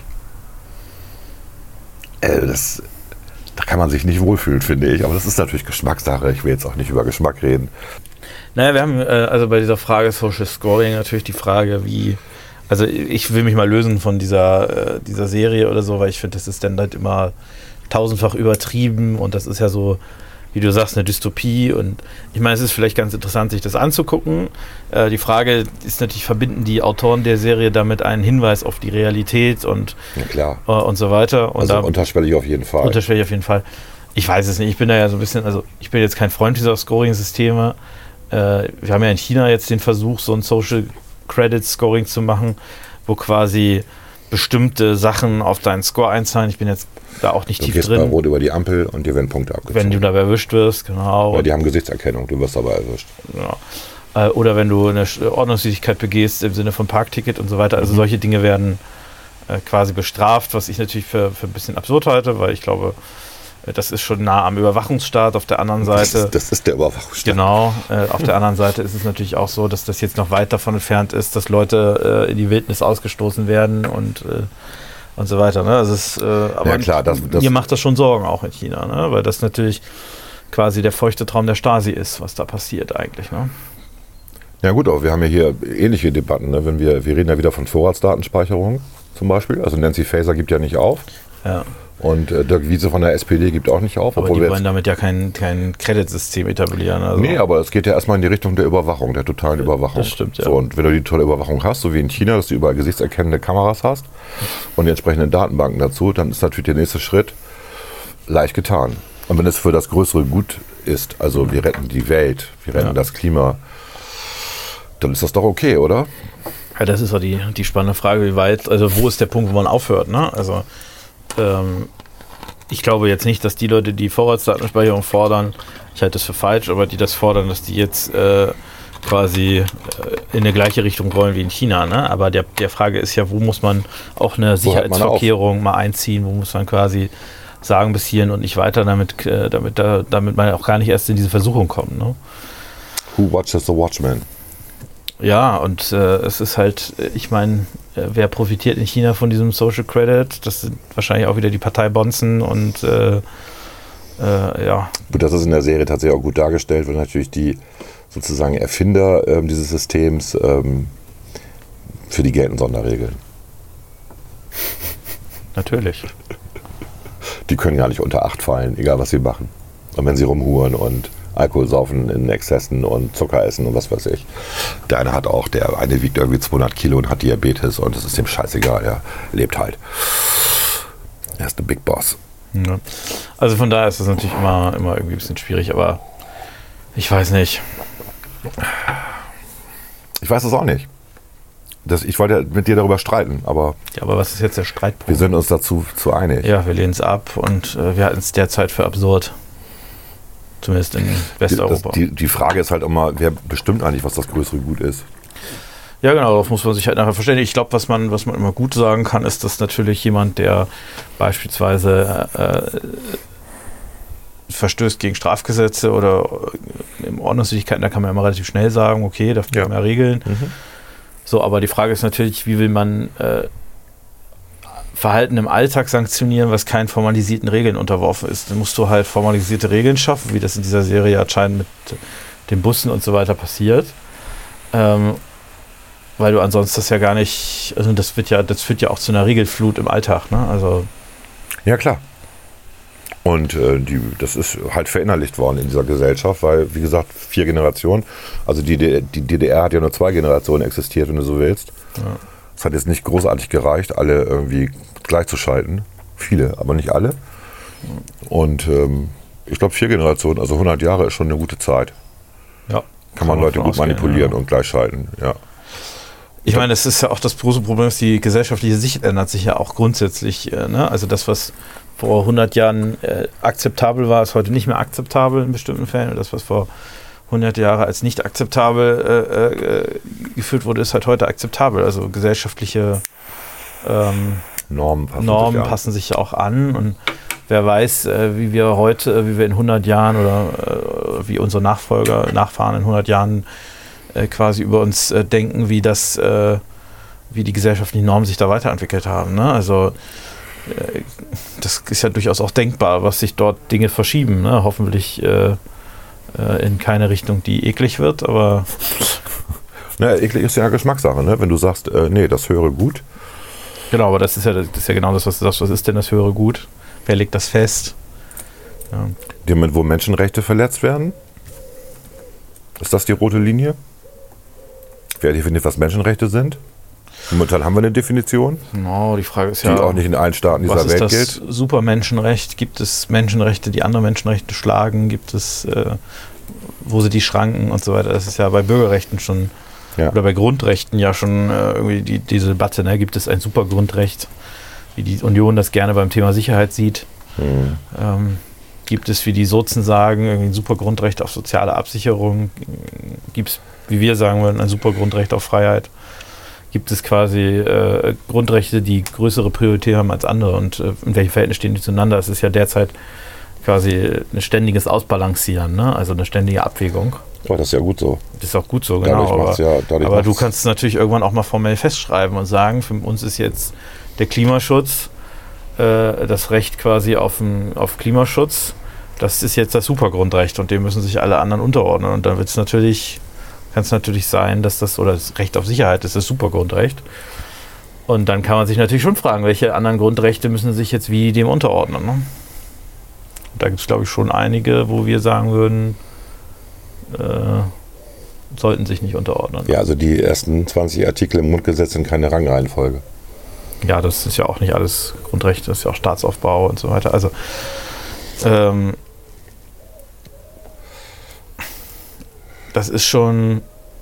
Äh, das, da kann man sich nicht wohlfühlen, finde ich. Aber das ist natürlich Geschmackssache. Ich will jetzt auch nicht über Geschmack reden. Naja, wir haben äh, also bei dieser Frage Social Scoring natürlich die Frage, wie, also ich will mich mal lösen von dieser, äh, dieser Serie oder so, weil ich finde, das ist dann halt immer tausendfach übertrieben und das ist ja so, wie du sagst, eine Dystopie und ich meine, es ist vielleicht ganz interessant, sich das anzugucken. Äh, die Frage ist natürlich, verbinden die Autoren der Serie damit einen Hinweis auf die Realität und, ja, klar. Äh, und so weiter. Und also da, unterschwellig auf jeden Fall. Unterschwellig auf jeden Fall. Ich weiß es nicht, ich bin da ja so ein bisschen, also ich bin jetzt kein Freund dieser Scoring-Systeme. Äh, wir haben ja in China jetzt den Versuch, so ein Social Credit Scoring zu machen, wo quasi bestimmte Sachen auf deinen Score einzahlen. Ich bin jetzt da auch nicht du tief gehst drin. bei Rot über die Ampel und dir werden Punkte abgezogen. Wenn du dabei erwischt wirst, genau. Ja, die haben Gesichtserkennung, du wirst dabei erwischt. Ja. Äh, oder wenn du eine Ordnungswidrigkeit begehst im Sinne von Parkticket und so weiter. Also mhm. solche Dinge werden äh, quasi bestraft, was ich natürlich für, für ein bisschen absurd halte, weil ich glaube, das ist schon nah am Überwachungsstaat. Auf der anderen Seite. Das ist, das ist der Überwachungsstaat. Genau. Äh, auf der anderen Seite ist es natürlich auch so, dass das jetzt noch weit davon entfernt ist, dass Leute äh, in die Wildnis ausgestoßen werden und, äh, und so weiter. Ne? Also es, äh, aber ja, klar, das, das mir macht das schon Sorgen auch in China, ne? Weil das natürlich quasi der feuchte Traum der Stasi ist, was da passiert eigentlich. Ne? Ja gut, aber wir haben ja hier ähnliche Debatten. Ne? Wenn wir, wir reden ja wieder von Vorratsdatenspeicherung zum Beispiel. Also Nancy Faeser gibt ja nicht auf. Ja. Und äh, Dirk Wiese von der S P D gibt auch nicht auf. Aber obwohl die wir wollen damit ja kein, kein Credit-System etablieren. Also. Nee, aber es geht ja erstmal in die Richtung der Überwachung, der totalen Überwachung. Das stimmt, ja. So, und wenn du die tolle Überwachung hast, so wie in China, dass du überall gesichtserkennende Kameras hast und die entsprechenden Datenbanken dazu, dann ist natürlich der nächste Schritt leicht getan. Und wenn es für das größere Gut ist, also wir retten die Welt, wir retten ja. das Klima, dann ist das doch okay, oder? Ja, das ist doch die, die spannende Frage, wie weit, also wo ist der Punkt, wo man aufhört, ne? Also ähm, ich glaube jetzt nicht, dass die Leute, die Vorratsdatenspeicherung fordern, ich halte das für falsch, aber die das fordern, dass die jetzt äh, quasi äh, in eine gleiche Richtung rollen wie in China, ne? Aber der, der Frage ist ja, wo muss man auch eine Sicherheitsvorkehrung mal einziehen, wo muss man quasi sagen bis hierhin und nicht weiter, damit, äh, damit, da, damit man auch gar nicht erst in diese Versuchung kommt, ne? Who watches the Watchmen? Ja, und äh, es ist halt, ich meine, äh, wer profitiert in China von diesem Social Credit? Das sind wahrscheinlich auch wieder die Parteibonzen und äh, äh, ja. Gut, das ist in der Serie tatsächlich auch gut dargestellt, weil natürlich die sozusagen Erfinder ähm, dieses Systems, ähm, für die gelten Sonderregeln. Natürlich. Die können ja nicht unter Acht fallen, egal was sie machen. Und wenn sie rumhuren und Alkohol saufen in Exzessen und Zucker essen und was weiß ich. Der eine hat auch, der eine wiegt irgendwie zweihundert Kilo und hat Diabetes und es ist dem scheißegal, er lebt halt. Er ist der Big Boss. Ja. Also von daher ist das natürlich immer, immer irgendwie ein bisschen schwierig, aber ich weiß nicht. Ich weiß es auch nicht. Das, ich wollte mit dir darüber streiten, aber... Ja, aber was ist jetzt der Streitpunkt? Wir sind uns dazu zu einig. Ja, wir lehnen es ab und äh, wir halten es derzeit für absurd. Zumindest in Westeuropa. Das, die, die Frage ist halt immer, wer bestimmt eigentlich, was das größere Gut ist. Ja, genau, darauf muss man sich halt nachher verständigen. Ich glaube, was man, was man immer gut sagen kann, ist, dass natürlich jemand, der beispielsweise äh, verstößt gegen Strafgesetze oder in Ordnungswidrigkeiten, da kann man immer relativ schnell sagen, okay, da gibt es ja. mehr Regeln. Mhm. So, aber die Frage ist natürlich, wie will man äh, Verhalten im Alltag sanktionieren, was keinen formalisierten Regeln unterworfen ist. Dann musst du halt formalisierte Regeln schaffen, wie das in dieser Serie anscheinend mit den Bussen und so weiter passiert. Ähm, weil du ansonsten das ja gar nicht, also das wird ja, das führt ja auch zu einer Regelflut im Alltag, ne? Also ja, klar. Und äh, die, das ist halt verinnerlicht worden in dieser Gesellschaft, weil, wie gesagt, vier Generationen, also die, die D D R hat ja nur zwei Generationen existiert, wenn du so willst. Ja. Es hat jetzt nicht großartig gereicht, alle irgendwie gleichzuschalten. Viele, aber nicht alle. Und ähm, ich glaube, vier Generationen, also hundert Jahre ist schon eine gute Zeit. Ja. Kann man Leute gut manipulieren ja. und gleichschalten, ja. Ich meine, das ist ja auch das große Problem, dass die gesellschaftliche Sicht ändert sich ja auch grundsätzlich. Äh, ne? Also das, was vor hundert Jahren äh, akzeptabel war, ist heute nicht mehr akzeptabel in bestimmten Fällen. Und das, was vor hundert Jahren als nicht akzeptabel äh, äh, geführt wurde, ist halt heute akzeptabel. Also gesellschaftliche ähm, Normen, passen, Normen sich passen sich auch an. Und wer weiß, äh, wie wir heute, wie wir in hundert Jahren oder äh, wie unsere Nachfolger, Nachfahren in hundert Jahren äh, quasi über uns äh, denken, wie das, äh, wie die gesellschaftlichen Normen sich da weiterentwickelt haben. Ne? Also äh, das ist ja durchaus auch denkbar, was sich dort Dinge verschieben. Ne? Hoffentlich äh, äh, in keine Richtung, die eklig wird, aber naja, eklig ist ja Geschmackssache, ne? Wenn du sagst, äh, nee, das höre gut. Genau, aber das ist ja, das ist ja genau das, was du sagst. Was ist denn das höhere Gut? Wer legt das fest? Ja. Dem, wo Menschenrechte verletzt werden? Ist das die rote Linie? Wer definiert, was Menschenrechte sind? Momentan haben wir eine Definition. Genau, die Frage ist die ja, auch nicht in allen Staaten dieser was Welt ist das gilt. Supermenschenrecht? Gibt es Menschenrechte, die andere Menschenrechte schlagen? Gibt es, äh, wo sind die Schranken und so weiter? Das ist ja bei Bürgerrechten schon, ja. oder bei Grundrechten ja schon äh, irgendwie die, diese Debatte. Ne? Gibt es ein Supergrundrecht, wie die Union das gerne beim Thema Sicherheit sieht? Mhm. Ähm, gibt es, wie die Sozen sagen, irgendwie ein Supergrundrecht auf soziale Absicherung? Gibt es, wie wir sagen würden, ein Supergrundrecht auf Freiheit? Gibt es quasi äh, Grundrechte, die größere Priorität haben als andere? Und äh, in welchem Verhältnis stehen die zueinander? Es ist ja derzeit quasi ein ständiges Ausbalancieren, ne? Also eine ständige Abwägung. Oh, das ist ja gut so. Das ist auch gut so, genau. Aber, ja, aber du kannst es natürlich irgendwann auch mal formell festschreiben und sagen, für uns ist jetzt der Klimaschutz, äh, das Recht quasi auf, ein, auf Klimaschutz, das ist jetzt das Supergrundrecht und dem müssen sich alle anderen unterordnen. Und dann wird es natürlich... kann es natürlich sein, dass das, oder das Recht auf Sicherheit ist das Supergrundrecht. Und dann kann man sich natürlich schon fragen, welche anderen Grundrechte müssen sich jetzt wie dem unterordnen. Ne? Da gibt es, glaube ich, schon einige, wo wir sagen würden, äh, sollten sich nicht unterordnen. Ja, also die ersten zwanzig Artikel im Grundgesetz sind keine Rangreihenfolge. Ja, das ist ja auch nicht alles Grundrechte, das ist ja auch Staatsaufbau und so weiter. Also, ähm, das ist schon,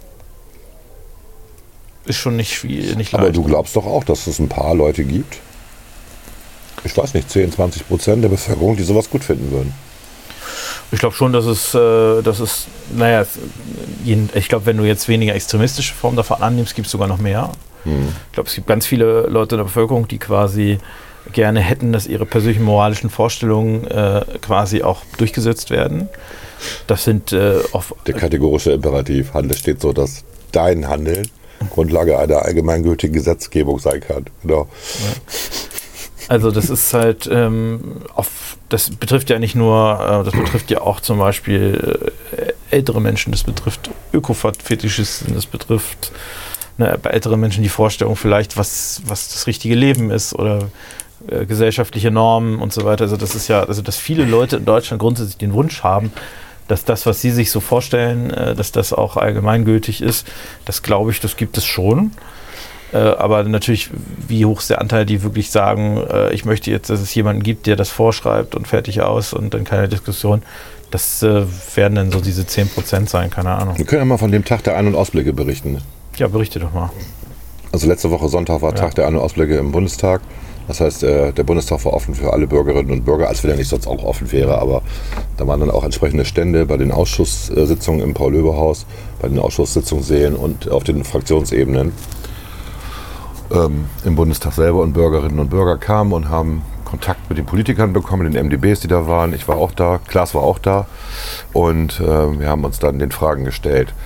ist schon nicht viel, nicht leicht. Aber du glaubst doch auch, dass es ein paar Leute gibt, ich weiß nicht, zehn, zwanzig Prozent der Bevölkerung, die sowas gut finden würden. Ich glaube schon, dass es, äh, dass es, naja, ich glaube, wenn du jetzt weniger extremistische Formen davon annimmst, gibt es sogar noch mehr. Hm. Ich glaube, es gibt ganz viele Leute in der Bevölkerung, die quasi gerne hätten, dass ihre persönlichen moralischen Vorstellungen äh, quasi auch durchgesetzt werden. Das sind äh, oft... Der kategorische Imperativ, Handel steht so, dass dein Handeln Grundlage einer allgemeingültigen Gesetzgebung sein kann. Genau. Ja. Also das ist halt, ähm, auf, das betrifft ja nicht nur, äh, das betrifft ja auch zum Beispiel äh, ältere Menschen, das betrifft Ökofetischisten, das betrifft ne, bei älteren Menschen die Vorstellung vielleicht, was, was das richtige Leben ist oder äh, gesellschaftliche Normen und so weiter. Also das ist ja, also dass viele Leute in Deutschland grundsätzlich den Wunsch haben, dass das, was sie sich so vorstellen, äh, dass das auch allgemeingültig ist, das glaube ich, das gibt es schon. Äh, aber natürlich, wie hoch ist der Anteil, die wirklich sagen, äh, ich möchte jetzt, dass es jemanden gibt, der das vorschreibt und fertig aus und dann keine Diskussion. Das äh, werden dann so diese zehn Prozent sein, keine Ahnung. Wir können ja mal von dem Tag der Ein- und Ausblicke berichten. Ja, berichte doch mal. Also letzte Woche Sonntag war ja. Tag der Ein- und Ausblicke im Bundestag. Das heißt, der Bundestag war offen für alle Bürgerinnen und Bürger, als wenn er nicht sonst auch offen wäre. Aber da waren dann auch entsprechende Stände bei den Ausschusssitzungen im Paul-Löbe-Haus, bei den Ausschusssitzungssälen und auf den Fraktionsebenen ähm, im Bundestag selber. Und Bürgerinnen und Bürger kamen und haben Kontakt mit den Politikern bekommen, den M D Bs, die da waren. Ich war auch da, Klaas war auch da. Und äh, wir haben uns dann den Fragen gestellt.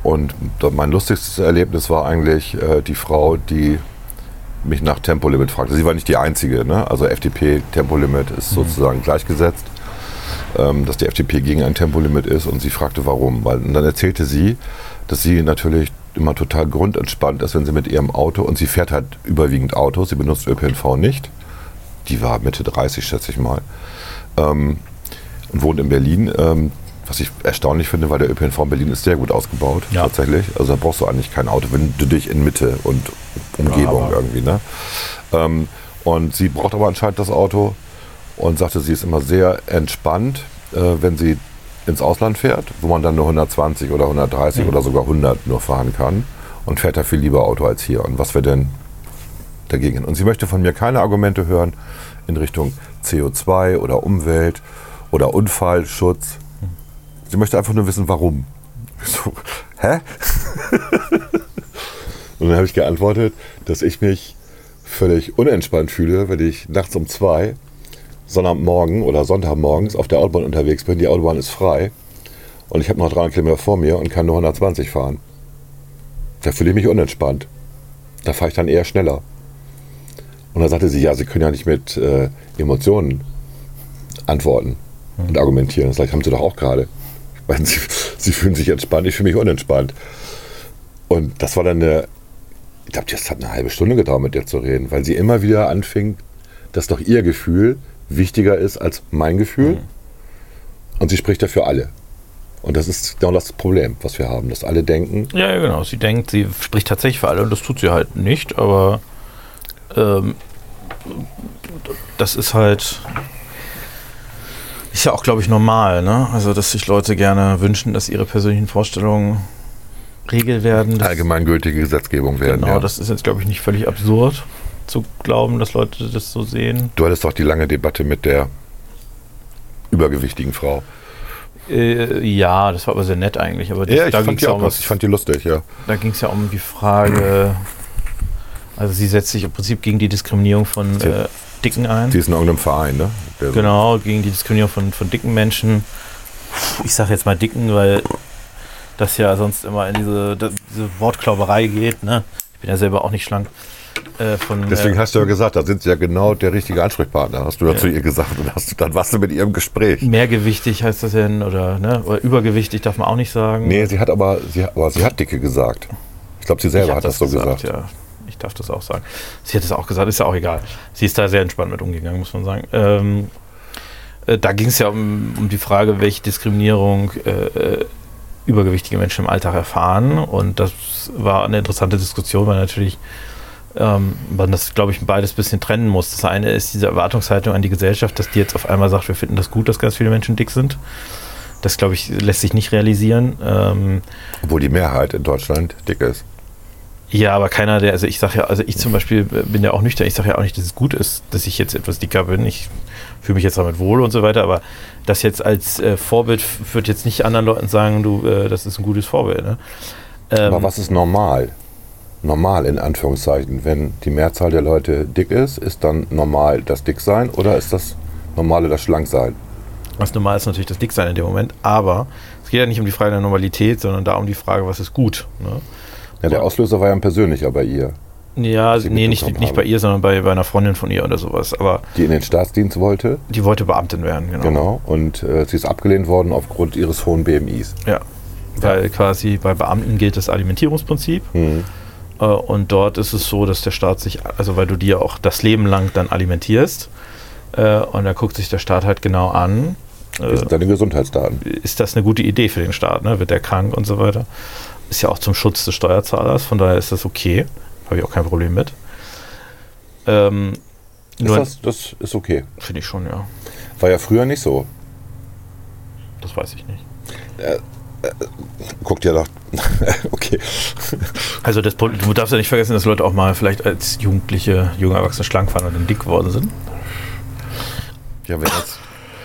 Und mein lustigstes Erlebnis war eigentlich äh, die Frau, die mich nach Tempolimit fragte. Sie war nicht die einzige, ne? Also F D P-Tempolimit ist mhm. sozusagen gleichgesetzt, ähm, dass die F D P gegen ein Tempolimit ist, und sie fragte, warum. Weil, und dann erzählte sie, dass sie natürlich immer total grundentspannt ist, wenn sie mit ihrem Auto, und sie fährt halt überwiegend Auto, sie benutzt Ö P N V nicht, die war Mitte dreißig, schätze ich mal, ähm, und wohnt in Berlin, ähm, was ich erstaunlich finde, weil der Ö P N V in Berlin ist sehr gut ausgebaut, ja. tatsächlich. Also da brauchst du eigentlich kein Auto, wenn du dich in Mitte und Umgebung ja, irgendwie, ne? Ähm, und sie braucht aber anscheinend das Auto und sagte, sie ist immer sehr entspannt, äh, wenn sie ins Ausland fährt, wo man dann nur hundertzwanzig oder hundertdreißig mhm. oder sogar hundert nur fahren kann, und fährt da viel lieber Auto als hier. Und was wir denn dagegen? Und sie möchte von mir keine Argumente hören in Richtung C O zwei oder Umwelt oder Unfallschutz. Sie möchte einfach nur wissen, warum. So, hä? Und dann habe ich geantwortet, dass ich mich völlig unentspannt fühle, wenn ich nachts um zwei, Sonntagmorgen oder Sonntagmorgens auf der Autobahn unterwegs bin. Die Autobahn ist frei und ich habe noch dreihundert Kilometer vor mir und kann nur hundertzwanzig fahren. Da fühle ich mich unentspannt. Da fahre ich dann eher schneller. Und dann sagte sie, ja, Sie können ja nicht mit äh, Emotionen antworten und mhm. argumentieren. Das haben Sie doch auch gerade. Sie, sie fühlen sich entspannt, ich fühle mich unentspannt. Und das war dann eine, ich glaube, das hat eine halbe Stunde gedauert, mit ihr zu reden, weil sie immer wieder anfing, dass doch ihr Gefühl wichtiger ist als mein Gefühl. Mhm. Und sie spricht ja für alle. Und das ist genau das Problem, was wir haben, dass alle denken. Ja, ja, genau. Sie denkt, sie spricht tatsächlich für alle, und das tut sie halt nicht, aber ähm, das ist halt... Ist ja auch, glaube ich, normal, ne? Also, dass sich Leute gerne wünschen, dass ihre persönlichen Vorstellungen Regel werden. Allgemeingültige Gesetzgebung werden. Genau, ja. Das ist jetzt, glaube ich, nicht völlig absurd zu glauben, dass Leute das so sehen. Du hattest doch die lange Debatte mit der übergewichtigen Frau. Äh, ja, das war aber sehr nett eigentlich. Aber das, ja, ich, da fand die auch was, ich fand die lustig, ja. Da ging es ja um die Frage, also sie setzt sich im Prinzip gegen die Diskriminierung von äh, Dicken ein. Sie ist in irgendeinem Verein, ne? Der genau, gegen die Diskriminierung von, von dicken Menschen. Ich sage jetzt mal Dicken, weil das ja sonst immer in diese, diese Wortklauberei geht, ne? Ich bin ja selber auch nicht schlank. Äh, von, Deswegen äh, hast du ja gesagt, da sind sie ja genau der richtige Ansprechpartner, hast du ja zu ihr gesagt. Und hast, dann warst du mit ihr im Gespräch. Mehrgewichtig heißt das denn, oder, ne? Oder übergewichtig darf man auch nicht sagen. Nee, sie hat aber, sie, aber sie hat Dicke gesagt. Ich glaube, sie selber hat das, das so gesagt. gesagt. Ja. Ich darf das auch sagen. Sie hat es auch gesagt, ist ja auch egal. Sie ist da sehr entspannt mit umgegangen, muss man sagen. Ähm, äh, da ging es ja um, um die Frage, welche Diskriminierung äh, übergewichtige Menschen im Alltag erfahren. Und das war eine interessante Diskussion, weil natürlich ähm, man das, glaube ich, beides ein bisschen trennen muss. Das eine ist diese Erwartungshaltung an die Gesellschaft, dass die jetzt auf einmal sagt, wir finden das gut, dass ganz viele Menschen dick sind. Das, glaube ich, lässt sich nicht realisieren. Ähm, Obwohl die Mehrheit in Deutschland dick ist. Ja, aber keiner, der, also ich sage ja, also ich zum Beispiel bin ja auch nüchtern, ich sage ja auch nicht, dass es gut ist, dass ich jetzt etwas dicker bin, ich fühle mich jetzt damit wohl und so weiter, aber das jetzt als äh, Vorbild wird jetzt nicht anderen Leuten sagen, du, äh, das ist ein gutes Vorbild. Ne? Ähm, aber was ist normal? Normal in Anführungszeichen, wenn die Mehrzahl der Leute dick ist, ist dann normal das Dicksein oder ist das Normale das Schlanksein? Das Normal ist natürlich das Dicksein in dem Moment, aber es geht ja nicht um die Frage der Normalität, sondern da um die Frage, was ist gut. Ne? Ja, der Auslöser war ja ein persönlicher bei ihr. Ja, nee, nicht, nicht bei ihr, sondern bei, bei einer Freundin von ihr oder sowas. Aber die in den Staatsdienst wollte? Die wollte Beamtin werden, genau. Genau, und äh, sie ist abgelehnt worden aufgrund ihres hohen B M Is. Ja, weil ja. quasi bei Beamten gilt das Alimentierungsprinzip. Mhm. Äh, und dort ist es so, dass der Staat sich, also weil du die ja auch das Leben lang dann alimentierst, äh, und da guckt sich der Staat halt genau an. Äh, das sind deine Gesundheitsdaten. Ist das eine gute Idee für den Staat, ne? Wird der krank und so weiter? Ist ja auch zum Schutz des Steuerzahlers, von daher ist das okay. Habe ich auch kein Problem mit. Ähm, ist das, das ist okay? Finde ich schon, ja. War ja früher nicht so. Das weiß ich nicht. Äh, äh, guckt ja doch. Okay. Also das, du darfst ja nicht vergessen, dass Leute auch mal vielleicht als Jugendliche, junge Erwachsene schlank waren und dann dick geworden sind. Ja, wenn jetzt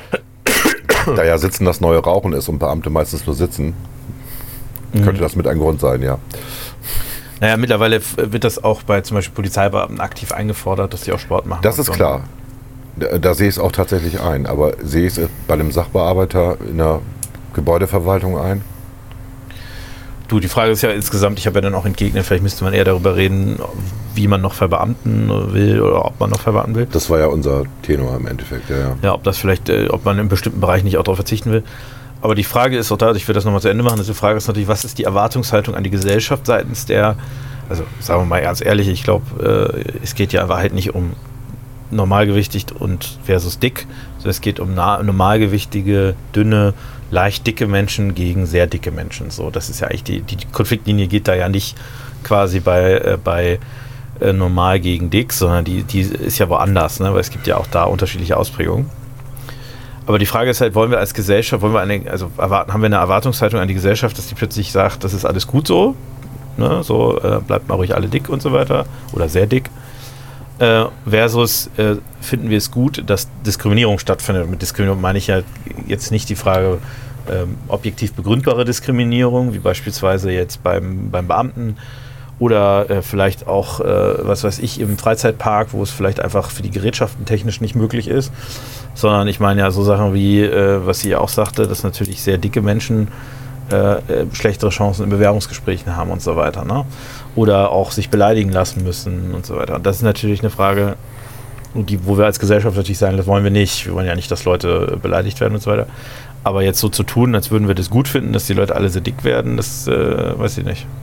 da ja Sitzen das neue Rauchen ist und Beamte meistens nur sitzen, mhm. könnte das mit ein Grund sein, ja. Naja, mittlerweile wird das auch bei zum Beispiel Polizeibeamten aktiv eingefordert, dass die auch Sport machen. Das ist so. Klar. Da, da sehe ich es auch tatsächlich ein. Aber sehe ich es bei einem Sachbearbeiter in der Gebäudeverwaltung ein? Du, die Frage ist ja insgesamt, ich habe ja dann auch entgegnet, vielleicht müsste man eher darüber reden, wie man noch verbeamten will oder ob man noch verbeamten will. Das war ja unser Tenor im Endeffekt, ja. Ja, ja ob das vielleicht, äh, ob man in bestimmten Bereichen nicht auch darauf verzichten will. Aber die Frage ist auch da, ich will das nochmal zu Ende machen, die Frage ist natürlich, was ist die Erwartungshaltung an die Gesellschaft seitens der, also sagen wir mal ganz ehrlich, ich glaube, äh, es geht ja in Wahrheit nicht um normalgewichtig und versus dick, sondern es geht um na- normalgewichtige, dünne, leicht dicke Menschen gegen sehr dicke Menschen. So, das ist ja eigentlich die, die Konfliktlinie geht da ja nicht quasi bei, äh, bei äh, normal gegen dick, sondern die, die ist ja woanders, ne? Weil es gibt ja auch da unterschiedliche Ausprägungen. Aber die Frage ist halt, wollen wir als Gesellschaft, wollen wir eine, also erwarten, haben wir eine Erwartungshaltung an die Gesellschaft, dass die plötzlich sagt, das ist alles gut so, ne? So äh, bleibt mal ruhig alle dick und so weiter oder sehr dick. Äh, versus äh, finden wir es gut, dass Diskriminierung stattfindet. Mit Diskriminierung meine ich ja jetzt nicht die Frage ähm, objektiv begründbare Diskriminierung, wie beispielsweise jetzt beim, beim Beamten oder äh, vielleicht auch, äh, was weiß ich, im Freizeitpark, wo es vielleicht einfach für die Gerätschaften technisch nicht möglich ist, sondern ich meine ja so Sachen wie, äh, was sie ja auch sagte, dass natürlich sehr dicke Menschen äh, äh, schlechtere Chancen in Bewerbungsgesprächen haben und so weiter, ne? Oder auch sich beleidigen lassen müssen und so weiter. Und das ist natürlich eine Frage, die, wo wir als Gesellschaft natürlich sagen, das wollen wir nicht. Wir wollen ja nicht, dass Leute beleidigt werden und so weiter. Aber jetzt so zu tun, als würden wir das gut finden, dass die Leute alle sehr dick werden, das äh, weiß ich nicht.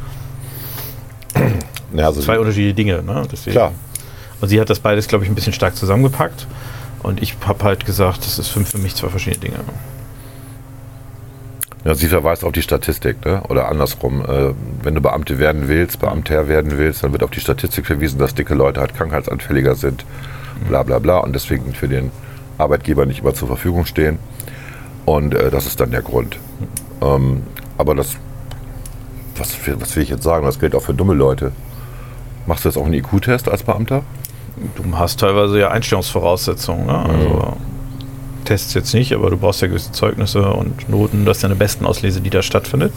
Ja, also zwei unterschiedliche Dinge, ne? Deswegen. Klar. Und sie hat das beides, glaube ich, ein bisschen stark zusammengepackt. Und ich habe halt gesagt, das ist für, für mich zwei verschiedene Dinge. Ja, sie verweist auf die Statistik, ne? Oder andersrum. Äh, wenn du Beamte werden willst, Beamter werden willst, dann wird auf die Statistik verwiesen, dass dicke Leute halt krankheitsanfälliger sind, bla bla bla, und deswegen für den Arbeitgeber nicht immer zur Verfügung stehen. Und äh, das ist dann der Grund. Ähm, aber das, was, was will ich jetzt sagen, das gilt auch für dumme Leute. Machst du jetzt auch einen I Q-Test als Beamter? Du hast teilweise ja Einstellungsvoraussetzungen, ne? Also Tests jetzt nicht, aber du brauchst ja gewisse Zeugnisse und Noten. Das ist ja eine Bestenauslese, die da stattfindet.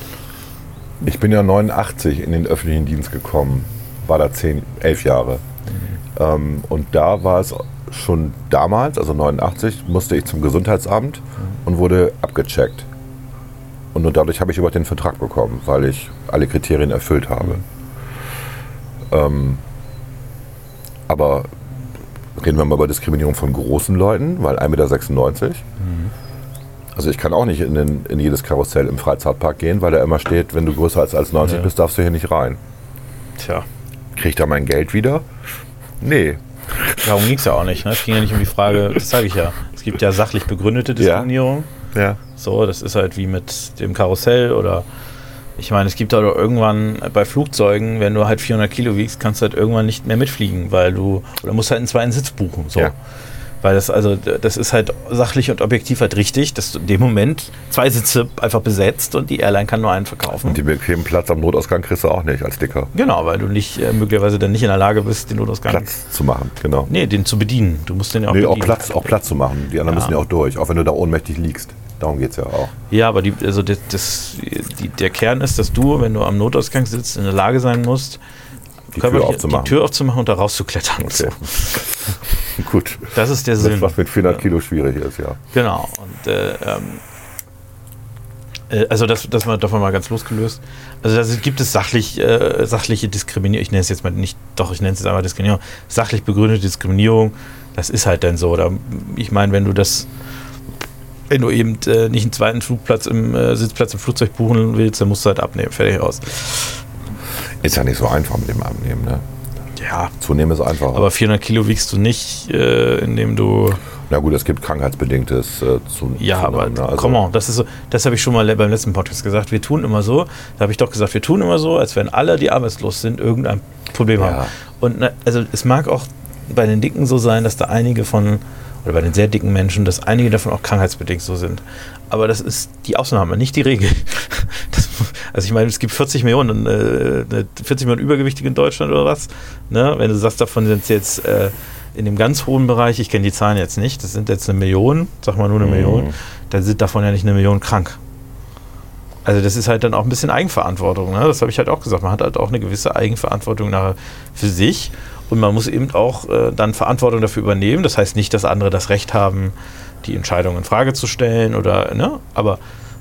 Ich bin ja neunundachtzig in den öffentlichen Dienst gekommen, war da zehn, elf Jahre. Mhm. Ähm, und da war es schon damals, also neunundachtzig, musste ich zum Gesundheitsamt mhm. und wurde abgecheckt. Und nur dadurch habe ich überhaupt den Vertrag bekommen, weil ich alle Kriterien erfüllt habe. Mhm. Ähm, aber reden wir mal über Diskriminierung von großen Leuten, weil ein Meter sechsundneunzig. Mhm. Also ich kann auch nicht in, den, in jedes Karussell im Freizeitpark gehen, weil da immer steht, wenn du größer als, als neunzig ja. bist, darfst du hier nicht rein. Tja. Krieg ich da mein Geld wieder? Nee. Darum ging es ja auch nicht. Ne? Es ging ja nicht um die Frage, das sage ich ja. Es gibt ja sachlich begründete Diskriminierung. Ja. ja. So, das ist halt wie mit dem Karussell oder ich meine, es gibt halt irgendwann bei Flugzeugen, wenn du halt vierhundert Kilo wiegst, kannst du halt irgendwann nicht mehr mitfliegen, weil du, oder musst halt einen zweiten Sitz buchen. So. Ja. Weil das also, das ist halt sachlich und objektiv halt richtig, dass du in dem Moment zwei Sitze einfach besetzt und die Airline kann nur einen verkaufen. Und den bequemen Platz am Notausgang kriegst du auch nicht als Dicker. Genau, weil du nicht, äh, möglicherweise dann nicht in der Lage bist, den Notausgang... Platz zu machen, genau. Nee, den zu bedienen. Du musst den ja auch nee, bedienen. Auch Platz, auch Platz zu machen. Die anderen ja. müssen ja auch durch, auch wenn du da ohnmächtig liegst. Darum geht es ja auch. Ja, aber die, also das, das, die, der Kern ist, dass du, wenn du am Notausgang sitzt, in der Lage sein musst, die Tür aufzumachen, die Tür aufzumachen und da rauszuklettern. Okay. So. Gut. Das ist der Sinn. Was mit vierhundert Kilo schwierig ist, ja. Genau. Und äh, ähm, äh, also das, das war davon mal ganz losgelöst. Also da gibt es sachlich, äh, sachliche Diskriminierung. Ich nenne es jetzt mal nicht, doch ich nenne es jetzt einmal Diskriminierung. Sachlich begründete Diskriminierung. Das ist halt dann so. Oder ich meine, wenn du das Wenn du eben äh, nicht einen zweiten Flugplatz im äh, Sitzplatz im Flugzeug buchen willst, dann musst du halt abnehmen. Fertig aus. Ist ja nicht so einfach mit dem Abnehmen, ne? Ja. Zunehmen ist einfacher. Aber vierhundert Kilo wiegst du nicht, äh, indem du... Na gut, es gibt krankheitsbedingtes äh, zu, Ja, Zunehmen, aber ne? Also komm on, das ist so, das habe ich schon mal beim letzten Podcast gesagt. Wir tun immer so, da habe ich doch gesagt, wir tun immer so, als wenn alle, die arbeitslos sind, irgendein Problem ja. haben. Und na, also es mag auch bei den Dicken so sein, dass da einige von... oder bei den sehr dicken Menschen, dass einige davon auch krankheitsbedingt so sind. Aber das ist die Ausnahme, nicht die Regel. Das, also ich meine, es gibt vierzig Millionen, äh, vierzig Millionen Übergewichtige in Deutschland oder was. Ne? Wenn du sagst, davon sind es jetzt äh, in dem ganz hohen Bereich, ich kenne die Zahlen jetzt nicht, das sind jetzt eine Million, sag mal nur eine mhm. Million, dann sind davon ja nicht eine Million krank. Also das ist halt dann auch ein bisschen Eigenverantwortung. Ne? Das habe ich halt auch gesagt. Man hat halt auch eine gewisse Eigenverantwortung nachher für sich. Und man muss eben auch äh, dann Verantwortung dafür übernehmen. Das heißt nicht, dass andere das Recht haben, die Entscheidung in Frage zu stellen oder, ne? Aber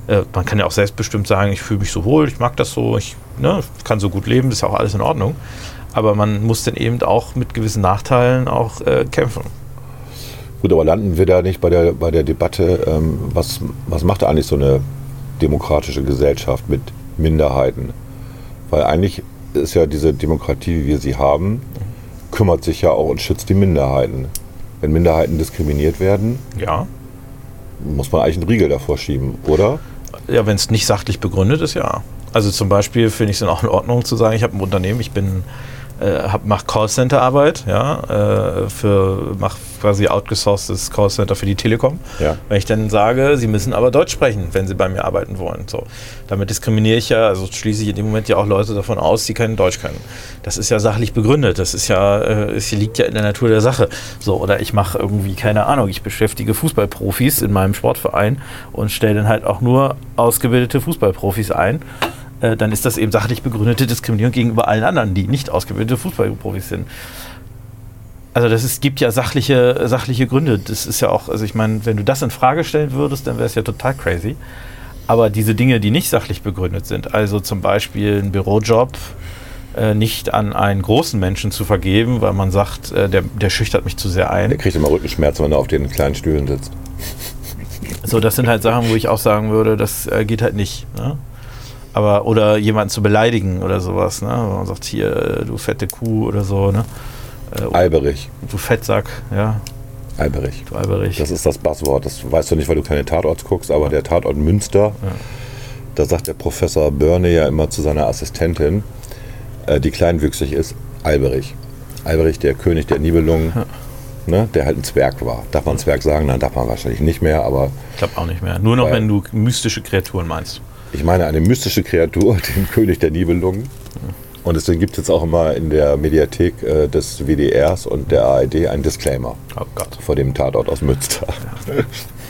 Äh, man kann ja auch selbstbestimmt sagen, ich fühle mich so wohl, ich mag das so, ich ne, kann so gut leben, das ist ja auch alles in Ordnung. Aber man muss dann eben auch mit gewissen Nachteilen auch äh, kämpfen. Gut, aber landen wir da nicht bei der, bei der Debatte, ähm, was, was macht eigentlich so eine demokratische Gesellschaft mit Minderheiten? Weil eigentlich ist ja diese Demokratie, wie wir sie haben, kümmert sich ja auch und schützt die Minderheiten. Wenn Minderheiten diskriminiert werden, ja. muss man eigentlich einen Riegel davor schieben, oder? Ja, wenn es nicht sachlich begründet ist, ja. Also zum Beispiel finde ich es dann auch in Ordnung zu sagen, ich habe ein Unternehmen, ich bin äh, mache Callcenter-Arbeit, ja, äh, für mache quasi outgesourcedes Callcenter für die Telekom. Ja. Wenn ich dann sage, sie müssen aber Deutsch sprechen, wenn sie bei mir arbeiten wollen. So. Damit diskriminiere ich ja, also schließe ich in dem Moment ja auch Leute davon aus, die kein Deutsch können. Das ist ja sachlich begründet, das ist ja, äh, es liegt ja in der Natur der Sache. So, oder ich mache irgendwie, keine Ahnung, ich beschäftige Fußballprofis in meinem Sportverein und stelle dann halt auch nur ausgebildete Fußballprofis ein. Äh, dann ist das eben sachlich begründete Diskriminierung gegenüber allen anderen, die nicht ausgebildete Fußballprofis sind. Also das ist, gibt ja sachliche, sachliche Gründe. Das ist ja auch, also ich meine, wenn du das in Frage stellen würdest, dann wäre es ja total crazy. Aber diese Dinge, die nicht sachlich begründet sind, also zum Beispiel ein Bürojob äh, nicht an einen großen Menschen zu vergeben, weil man sagt, äh, der, der schüchtert mich zu sehr ein. Der kriegt immer Rückenschmerzen, wenn er auf den kleinen Stühlen sitzt. So, das sind halt Sachen, wo ich auch sagen würde, das äh, geht halt nicht. Ne? Aber, oder jemanden zu beleidigen oder sowas, ne? Wenn man sagt, hier, du fette Kuh oder so, ne? Äh, Alberich. Du Fettsack, ja. Alberich. Du Alberich. Das ist das Buzzword. Das weißt du nicht, weil du keine Tatorts guckst, aber der Tatort Münster, ja. Da sagt der Professor Börne ja immer zu seiner Assistentin, äh, die kleinwüchsig ist, Alberich. Alberich, der König der Nibelungen, ja. Ne, der halt ein Zwerg war. Darf man Zwerg sagen? Nein, darf man wahrscheinlich nicht mehr, aber... Ich glaube auch nicht mehr. Nur noch, wenn du mystische Kreaturen meinst. Ich meine eine mystische Kreatur, den König der Nibelungen. Und deswegen gibt es jetzt auch immer in der Mediathek äh, des W D Rs und der A R D einen Disclaimer oh Gott. vor dem Tatort aus Münster. Ja.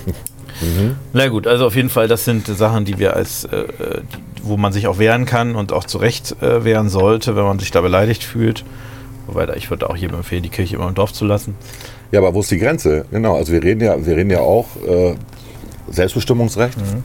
mhm. Na gut, also auf jeden Fall, das sind Sachen, die wir als, äh, die, wo man sich auch wehren kann und auch zu Recht äh, wehren sollte, wenn man sich da beleidigt fühlt. Wobei, da, ich würde auch jedem empfehlen, die Kirche immer im Dorf zu lassen. Ja, aber wo ist die Grenze? Genau, also wir reden ja, wir reden ja auch äh, Selbstbestimmungsrecht. Mhm.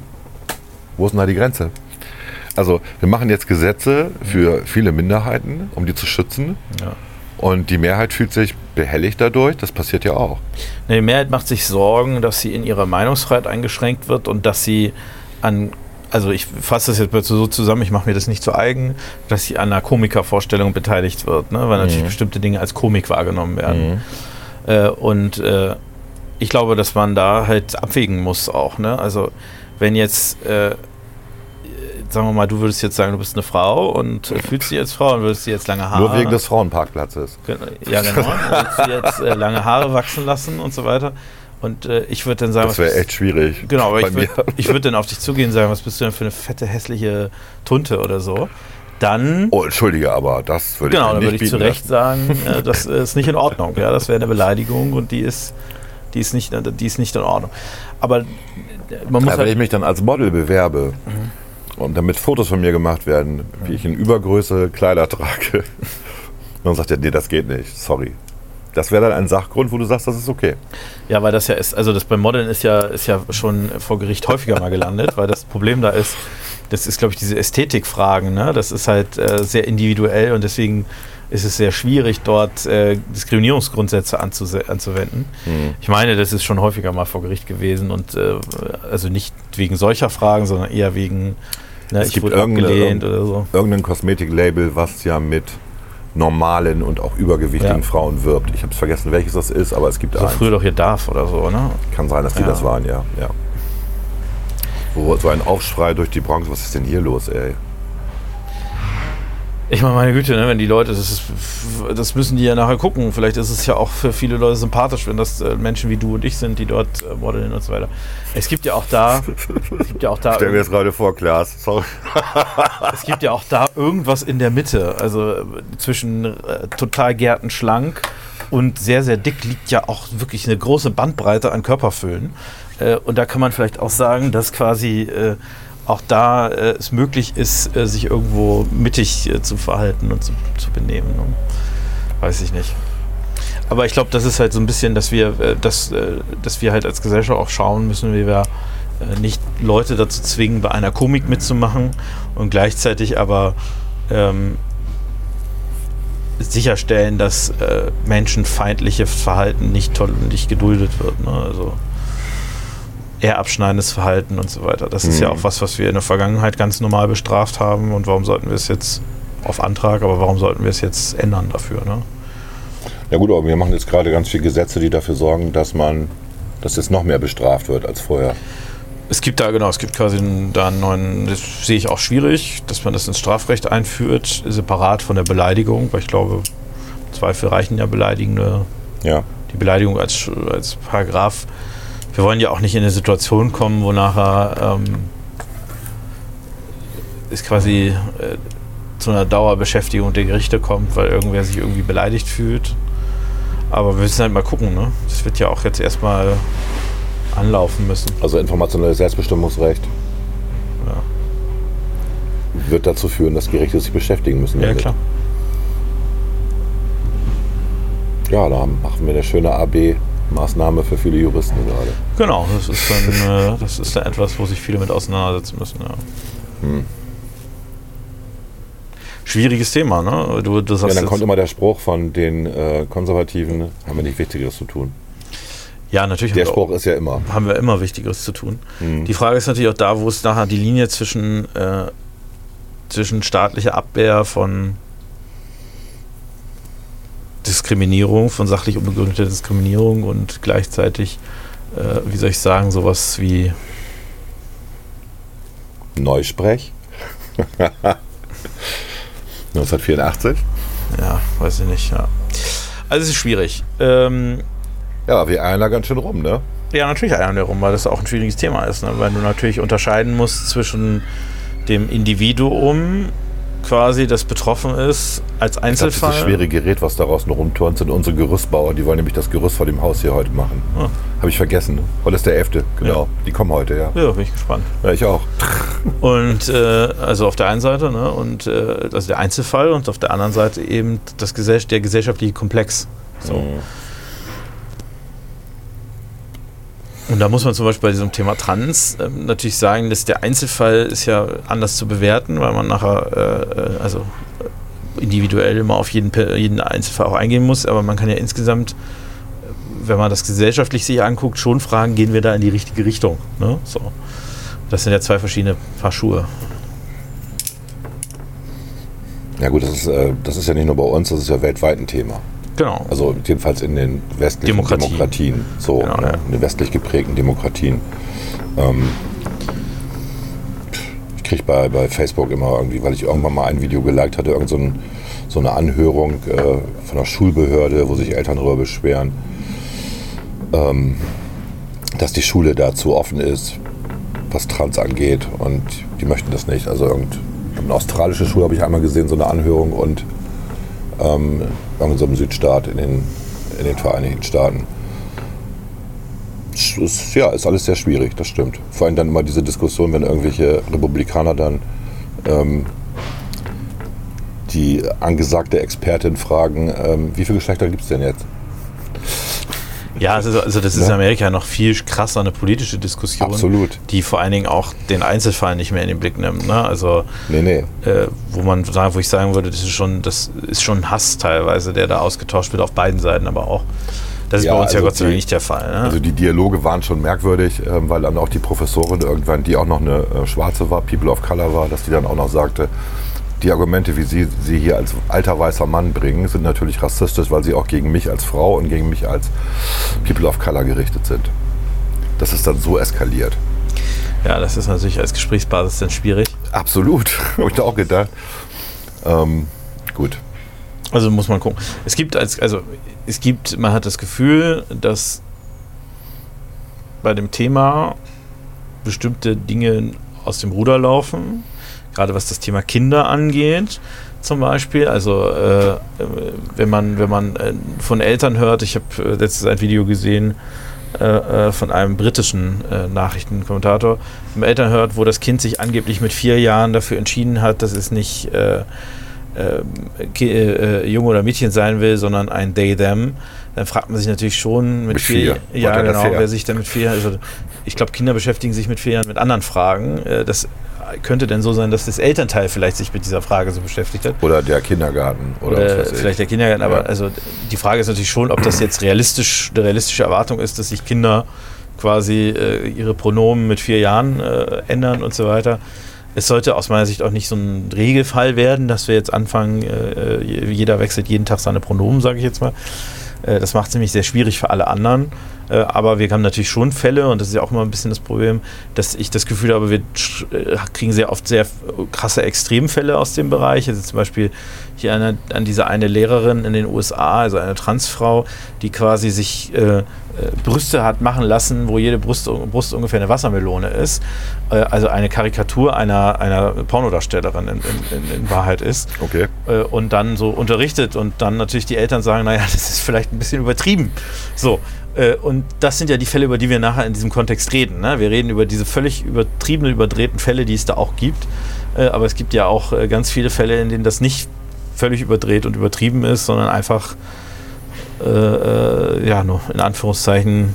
Wo ist denn da die Grenze? Also wir machen jetzt Gesetze für viele Minderheiten, um die zu schützen. Ja. Und die Mehrheit fühlt sich behelligt dadurch. Das passiert ja auch. Die Mehrheit macht sich Sorgen, dass sie in ihrer Meinungsfreiheit eingeschränkt wird und dass sie an, also ich fasse das jetzt so zusammen, ich mache mir das nicht zu eigen, dass sie an einer Komikervorstellung beteiligt wird, ne? Weil mhm. natürlich bestimmte Dinge als Komik wahrgenommen werden. Mhm. Äh, und äh, ich glaube, dass man da halt abwägen muss auch. Ne? Also wenn jetzt, äh, sagen wir mal, du würdest jetzt sagen, du bist eine Frau und äh, fühlst dich als Frau und würdest dir jetzt lange Haare... Nur wegen des Frauenparkplatzes. Ja, genau. Würdest dir jetzt äh, lange Haare wachsen lassen und so weiter. Und äh, ich würde dann sagen... Das wäre echt schwierig. Genau, aber ich würde würd dann auf dich zugehen und sagen, was bist du denn für eine fette, hässliche Tunte oder so. Dann... Oh, entschuldige, aber das würde genau, ich dann nicht würde ich zu Recht sagen, äh, das ist nicht in Ordnung. Ja, das wäre eine Beleidigung und die ist, die, ist nicht, die ist nicht in Ordnung. Aber man muss ja, halt, wenn ich mich dann als Model bewerbe mhm. und damit Fotos von mir gemacht werden, wie ich in Übergröße Kleider trage, und dann sagt er, nee, das geht nicht, sorry. Das wäre dann ein Sachgrund, wo du sagst, das ist okay. Ja, weil das ja ist, also das beim Modeln ist ja, ist ja schon vor Gericht häufiger mal gelandet, weil das Problem da ist, das ist, glaube ich, diese Ästhetikfragen, ne? Das ist halt äh, sehr individuell und deswegen ist es sehr schwierig, dort äh, Diskriminierungsgrundsätze anzuse- anzuwenden. Mhm. Ich meine, das ist schon häufiger mal vor Gericht gewesen und äh, also nicht wegen solcher Fragen, sondern eher wegen, ne, es ich gibt wurde abgelehnt oder so. Irgendein Kosmetiklabel, was ja mit normalen und auch übergewichtigen ja. Frauen wirbt. Ich habe es vergessen, welches das ist, aber es gibt so eins. Früher doch hier Darf oder so, ne? Kann sein, dass die ja. das waren, ja. ja. Wo so ein Aufschrei durch die Branche, was ist denn hier los, ey? Ich meine, meine Güte, ne, wenn die Leute, das, ist, das müssen die ja nachher gucken. Vielleicht ist es ja auch für viele Leute sympathisch, wenn das äh, Menschen wie du und ich sind, die dort äh, modeln und so weiter. Es gibt ja auch da... es gibt ja auch da Stell mir jetzt gerade vor, Klaas, sorry. Es gibt ja auch da irgendwas in der Mitte. Also äh, zwischen äh, total gärtenschlank und sehr, sehr dick liegt ja auch wirklich eine große Bandbreite an Körperfüllen. Äh, und da kann man vielleicht auch sagen, dass quasi... Äh, auch da äh, es möglich ist, äh, sich irgendwo mittig äh, zu verhalten und zu, zu benehmen. Ne? Weiß ich nicht. Aber ich glaube, das ist halt so ein bisschen, dass wir, äh, dass, äh, dass wir halt als Gesellschaft auch schauen müssen, wie wir äh, nicht Leute dazu zwingen, bei einer Komik mitzumachen und gleichzeitig aber ähm, sicherstellen, dass äh, menschenfeindliches Verhalten nicht, toll, nicht geduldet wird. Ne? Also eher abschneidendes Verhalten und so weiter. Das ist mhm. ja auch was, was wir in der Vergangenheit ganz normal bestraft haben. Und warum sollten wir es jetzt auf Antrag, aber warum sollten wir es jetzt ändern dafür? Ne? Ja gut, aber wir machen jetzt gerade ganz viele Gesetze, die dafür sorgen, dass man, dass jetzt noch mehr bestraft wird als vorher. Es gibt da, genau, es gibt quasi einen, da einen neuen, das sehe ich auch schwierig, dass man das ins Strafrecht einführt, separat von der Beleidigung, weil ich glaube, im Zweifel reichen ja beleidigende, ja. die Beleidigung als, als Paragraph. Wir wollen ja auch nicht in eine Situation kommen, wo nachher ähm, es quasi äh, zu einer Dauerbeschäftigung der Gerichte kommt, weil irgendwer sich irgendwie beleidigt fühlt. Aber wir müssen halt mal gucken, ne? Das wird ja auch jetzt erstmal anlaufen müssen. Also informationelles Selbstbestimmungsrecht ja. wird dazu führen, dass Gerichte sich beschäftigen müssen. Ja, damit. klar. Ja, da machen wir eine schöne A B-Maßnahme für viele Juristen gerade. Genau, das ist dann, äh, das ist dann etwas, wo sich viele mit auseinandersetzen müssen. Ja. Hm. Schwieriges Thema, ne? Du, du sagst ja, dann kommt immer der Spruch von den äh, Konservativen, haben wir nicht Wichtigeres zu tun. Ja, natürlich. Der Spruch auch, ist ja immer. Haben wir immer Wichtigeres zu tun. Mhm. Die Frage ist natürlich auch da, wo ist nachher die Linie zwischen, äh, zwischen staatlicher Abwehr von Diskriminierung, von sachlich unbegründeter Diskriminierung und gleichzeitig, äh, wie soll ich sagen, sowas wie Neusprech? neunzehnhundertvierundachtzig? Ja, weiß ich nicht, ja. Also es ist schwierig. Ähm, ja, wir eiern da ganz schön rum, ne? Ja, natürlich eiern wir rum, weil das auch ein schwieriges Thema ist, ne? Weil du natürlich unterscheiden musst zwischen dem Individuum, quasi, das betroffen ist, als Einzelfall. Das schwere Gerät, was da draußen rumturnt, sind unsere Gerüstbauer. Die wollen nämlich das Gerüst vor dem Haus hier heute machen. Ah. Habe ich vergessen. Heute ist der elfte Genau. Ja. Die kommen heute, ja. Ja, bin ich gespannt. Ja, ich auch. Und äh, also auf der einen Seite, ne, und äh, also der Einzelfall und auf der anderen Seite eben das Gesell- der gesellschaftliche Komplex. So. Mhm. Und da muss man zum Beispiel bei diesem Thema Trans äh, natürlich sagen, dass der Einzelfall ist ja anders zu bewerten, weil man nachher äh, also individuell immer auf jeden, jeden Einzelfall auch eingehen muss. Aber man kann ja insgesamt, wenn man das gesellschaftlich sich anguckt, schon fragen, gehen wir da in die richtige Richtung? Ne? So. Das sind ja zwei verschiedene Paar Schuhe. Ja gut, das ist, äh, das ist ja nicht nur bei uns, das ist ja weltweit ein Thema. Genau. Also jedenfalls in den westlichen Demokratie. Demokratien, so, genau, ne? ja. in den westlich geprägten Demokratien. Ähm, ich kriege bei, bei Facebook immer irgendwie, weil ich irgendwann mal ein Video geliked hatte, irgend so, ein, so eine Anhörung äh, von einer Schulbehörde, wo sich Eltern darüber beschweren, ähm, dass die Schule da zu offen ist, was Trans angeht, und die möchten das nicht. Also irgend, eine australische Schule habe ich einmal gesehen, so eine Anhörung, und ähm, in so einem Südstaat in den, in den Vereinigten Staaten. Ist, ja, ist alles sehr schwierig, das stimmt. Vor allem dann immer diese Diskussion, wenn irgendwelche Republikaner dann ähm, die angesagte Expertin fragen, ähm, wie viele Geschlechter gibt es denn jetzt? Ja, also, also das ist in Amerika noch viel krasser, eine politische Diskussion, Absolut. Die vor allen Dingen auch den Einzelfall nicht mehr in den Blick nimmt. Ne? Also, nee, nee. Äh, wo man wo ich sagen würde, das ist schon, das ist schon Hass teilweise, der da ausgetauscht wird auf beiden Seiten, aber auch. Das ist ja, bei uns also ja Gott sei Dank nicht der Fall. Ne? Also die Dialoge waren schon merkwürdig, äh, weil dann auch die Professorin irgendwann, die auch noch eine äh, Schwarze war, People of Color war, dass die dann auch noch sagte, die Argumente, wie Sie sie hier als alter weißer Mann bringen, sind natürlich rassistisch, weil sie auch gegen mich als Frau und gegen mich als People of Color gerichtet sind. Das ist dann so eskaliert. Ja, das ist natürlich als Gesprächsbasis dann schwierig. Absolut, habe ich da auch gedacht. Ähm, gut. Also muss man gucken. Es gibt als, also es gibt, man hat das Gefühl, dass bei dem Thema bestimmte Dinge aus dem Ruder laufen. Gerade was das Thema Kinder angeht, zum Beispiel. Also äh, wenn man, wenn man äh, von Eltern hört, ich habe äh, letztens ein Video gesehen äh, äh, von einem britischen äh, Nachrichtenkommentator, wenn man Eltern hört, wo das Kind sich angeblich mit vier Jahren dafür entschieden hat, dass es nicht äh, äh, äh, Junge oder Mädchen sein will, sondern ein They, Them, dann fragt man sich natürlich schon mit, mit vier, vier. Ja genau, wer sich dann mit vier, also ich glaube, Kinder beschäftigen sich mit vier Jahren mit anderen Fragen. Äh, das könnte denn so sein, dass das Elternteil vielleicht sich mit dieser Frage so beschäftigt hat. Oder der Kindergarten. Oder, oder was weiß ich. vielleicht der Kindergarten. Aber Ja. also die Frage ist natürlich schon, ob das jetzt realistisch, eine realistische Erwartung ist, dass sich Kinder quasi äh, ihre Pronomen mit vier Jahren äh, ändern und so weiter. Es sollte aus meiner Sicht auch nicht so ein Regelfall werden, dass wir jetzt anfangen, äh, jeder wechselt jeden Tag seine Pronomen, sage ich jetzt mal. Äh, das macht es nämlich sehr schwierig für alle anderen. Äh, aber wir haben natürlich schon Fälle, und das ist ja auch immer ein bisschen das Problem, dass ich das Gefühl habe, wir äh, kriegen sehr oft sehr krasse Extremfälle aus dem Bereich. Also zum Beispiel hier eine, an diese eine Lehrerin in den U S A, also eine Transfrau, die quasi sich äh, Brüste hat machen lassen, wo jede Brust, Brust ungefähr eine Wassermelone ist. Äh, also eine Karikatur einer, einer Pornodarstellerin in, in, in Wahrheit ist. Okay. Äh, und dann so unterrichtet und dann natürlich die Eltern sagen, naja, das ist vielleicht ein bisschen übertrieben. So. Äh, und das sind ja die Fälle, über die wir nachher in diesem Kontext reden. Ne? Wir reden über diese völlig übertriebenen, überdrehten Fälle, die es da auch gibt. Äh, aber es gibt ja auch äh, ganz viele Fälle, in denen das nicht völlig überdreht und übertrieben ist, sondern einfach Äh, äh, ja, nur in Anführungszeichen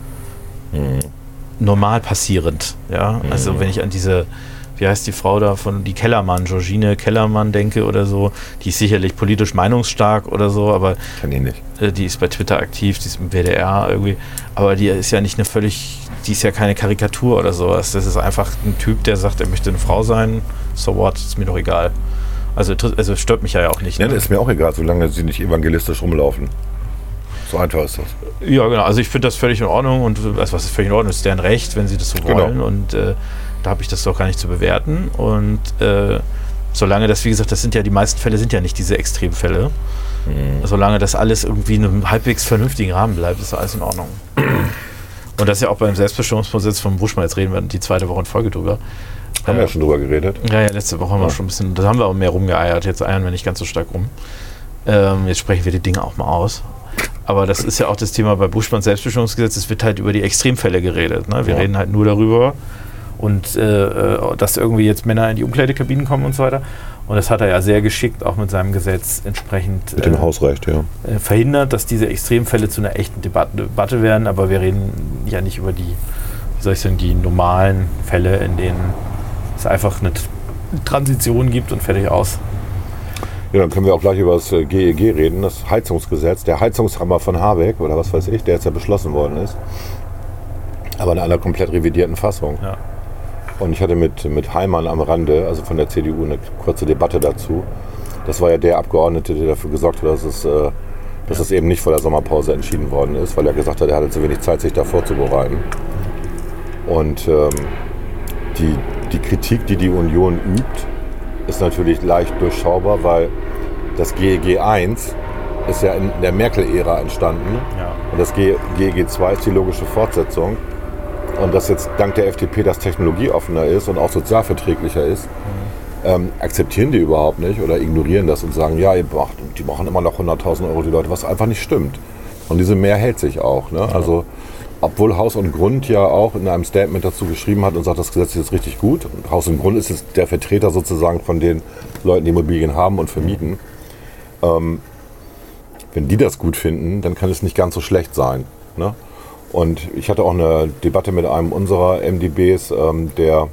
mhm. normal passierend. Ja? Mhm. Also wenn ich an diese, wie heißt die Frau da von, die Kellermann, Georgine Kellermann denke oder so, die ist sicherlich politisch meinungsstark oder so, aber kann ich nicht. Äh, die ist bei Twitter aktiv, die ist im W D R irgendwie, aber die ist ja nicht eine völlig, die ist ja keine Karikatur oder sowas. Das ist einfach ein Typ, der sagt, er möchte eine Frau sein, so what, ist mir doch egal. Also, also stört mich ja auch nicht. Ja, Ne? ist mir auch egal, solange sie nicht evangelistisch rumlaufen. So einfach ist das. Ja, genau. Also ich finde das völlig in Ordnung und also was ist völlig in Ordnung, ist deren Recht, wenn sie das so wollen. Genau. Und äh, da habe ich das doch gar nicht zu bewerten. Und äh, solange das, wie gesagt, das sind ja die meisten Fälle sind ja nicht diese Extremfälle. Mhm. Solange das alles irgendwie in einem halbwegs vernünftigen Rahmen bleibt, ist alles in Ordnung. Und das ist ja auch beim Selbstbestimmungsprozess von Buschmann, jetzt reden wir die zweite Woche in Folge drüber. Haben wir ja schon drüber geredet. Ja, ja, letzte Woche haben wir Ja. schon ein bisschen, da haben wir auch mehr rumgeeiert, jetzt eiern wir nicht ganz so stark rum. Ähm, jetzt sprechen wir die Dinge auch mal aus. Aber das ist ja auch das Thema bei Buschmanns Selbstbestimmungsgesetz, es wird halt über die Extremfälle geredet. Ne? Wir Ja. reden halt nur darüber und äh, dass irgendwie jetzt Männer in die Umkleidekabinen kommen und so weiter. Und das hat er ja sehr geschickt auch mit seinem Gesetz entsprechend Mit dem äh, Hausrecht, ja. äh, verhindert, dass diese Extremfälle zu einer echten Debatte, Debatte werden. Aber wir reden ja nicht über die, wie soll ich sagen, die normalen Fälle, in denen es einfach eine Transition gibt und fertig aus. Ja, dann können wir auch gleich über das äh, G E G reden, das Heizungsgesetz, der Heizungshammer von Habeck oder was weiß ich, der jetzt ja beschlossen worden ist. Aber in einer komplett revidierten Fassung. Ja. Und ich hatte mit, mit Heimann am Rande, also von der C D U, eine kurze Debatte dazu. Das war ja der Abgeordnete, der dafür gesorgt hat, dass es, äh, dass es eben nicht vor der Sommerpause entschieden worden ist, weil er gesagt hat, er hatte zu wenig Zeit, sich da vorzubereiten. Und ähm, die, die Kritik, die die Union übt, ist natürlich leicht durchschaubar, weil das G E G eins ist ja in der Merkel-Ära entstanden. Ja. Und das G E G zwei ist die logische Fortsetzung. Und dass jetzt dank der F D P das technologieoffener ist und auch sozialverträglicher ist, mhm. ähm, akzeptieren die überhaupt nicht oder ignorieren das und sagen, ja, ihr macht, die machen immer noch hunderttausend Euro die Leute, was einfach nicht stimmt. Und diese Mehr hält sich auch. Ne? Ja. Also, obwohl Haus und Grund ja auch in einem Statement dazu geschrieben hat und sagt, das Gesetz ist jetzt richtig gut. Und Haus und Grund ist jetzt der Vertreter sozusagen von den Leuten, die Immobilien haben und vermieten. Ähm, wenn die das gut finden, dann kann es nicht ganz so schlecht sein. Ne? Und ich hatte auch eine Debatte mit einem unserer M D Bs, ähm, der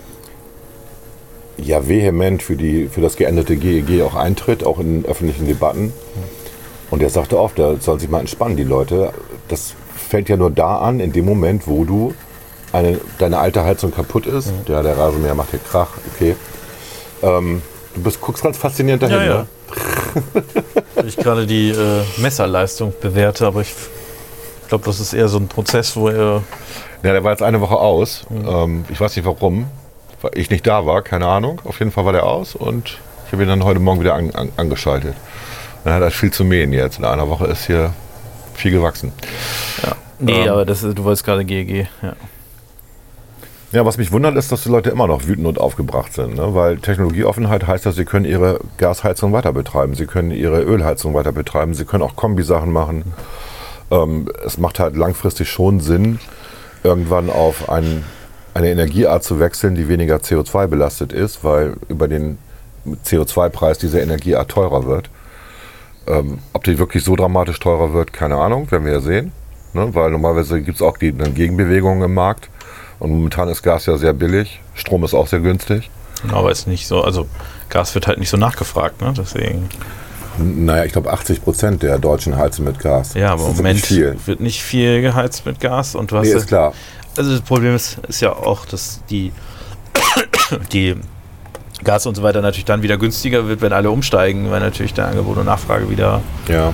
ja vehement für, die, für das geänderte G E G auch eintritt, auch in öffentlichen Debatten. Und der sagte oft, da sollen sich mal entspannen, die Leute. Das fällt ja nur da an, in dem Moment, wo du eine, deine alte Heizung kaputt ist. Mhm. Ja, der Rasenmäher macht hier Krach, okay. Ähm, du bist, guckst ganz faszinierend dahin, ja, ja. ne? Weil ich gerade die äh, Messerleistung bewerte, aber ich glaube, das ist eher so ein Prozess, wo er... Ja, der war jetzt eine Woche aus. Mhm. Ähm, ich weiß nicht warum, weil ich nicht da war, keine Ahnung. Auf jeden Fall war der aus und ich habe ihn dann heute Morgen wieder an, an, angeschaltet. Dann hat er viel zu mähen jetzt. In einer Woche ist hier viel gewachsen. Ja. Nee, ähm, aber das, du wolltest gerade G E G, ja. Ja, was mich wundert, ist, dass die Leute immer noch wütend und aufgebracht sind. Ne? Weil Technologieoffenheit heißt, dass sie können ihre Gasheizung weiter betreiben, sie können ihre Ölheizung weiter betreiben, sie können auch Kombisachen machen. Ähm, es macht halt langfristig schon Sinn, irgendwann auf ein, eine Energieart zu wechseln, die weniger C O zwei belastet ist, weil über den C O zwei Preis diese Energieart teurer wird. Ähm, ob die wirklich so dramatisch teurer wird, keine Ahnung, werden wir ja sehen. ne? Weil normalerweise gibt es auch die, dann Gegenbewegungen im Markt. Und momentan ist Gas ja sehr billig, Strom ist auch sehr günstig. Aber ist nicht so, also Gas wird halt nicht so nachgefragt, ne? Deswegen. Naja, ich glaube achtzig Prozent der Deutschen heizen mit Gas. Ja, aber im Moment viel. wird nicht viel geheizt mit Gas. Und du hast Nee, ist klar. Also das Problem ist, ist ja auch, dass die, die Gas und so weiter natürlich dann wieder günstiger wird, wenn alle umsteigen, weil natürlich der Angebot und Nachfrage wieder... Ja.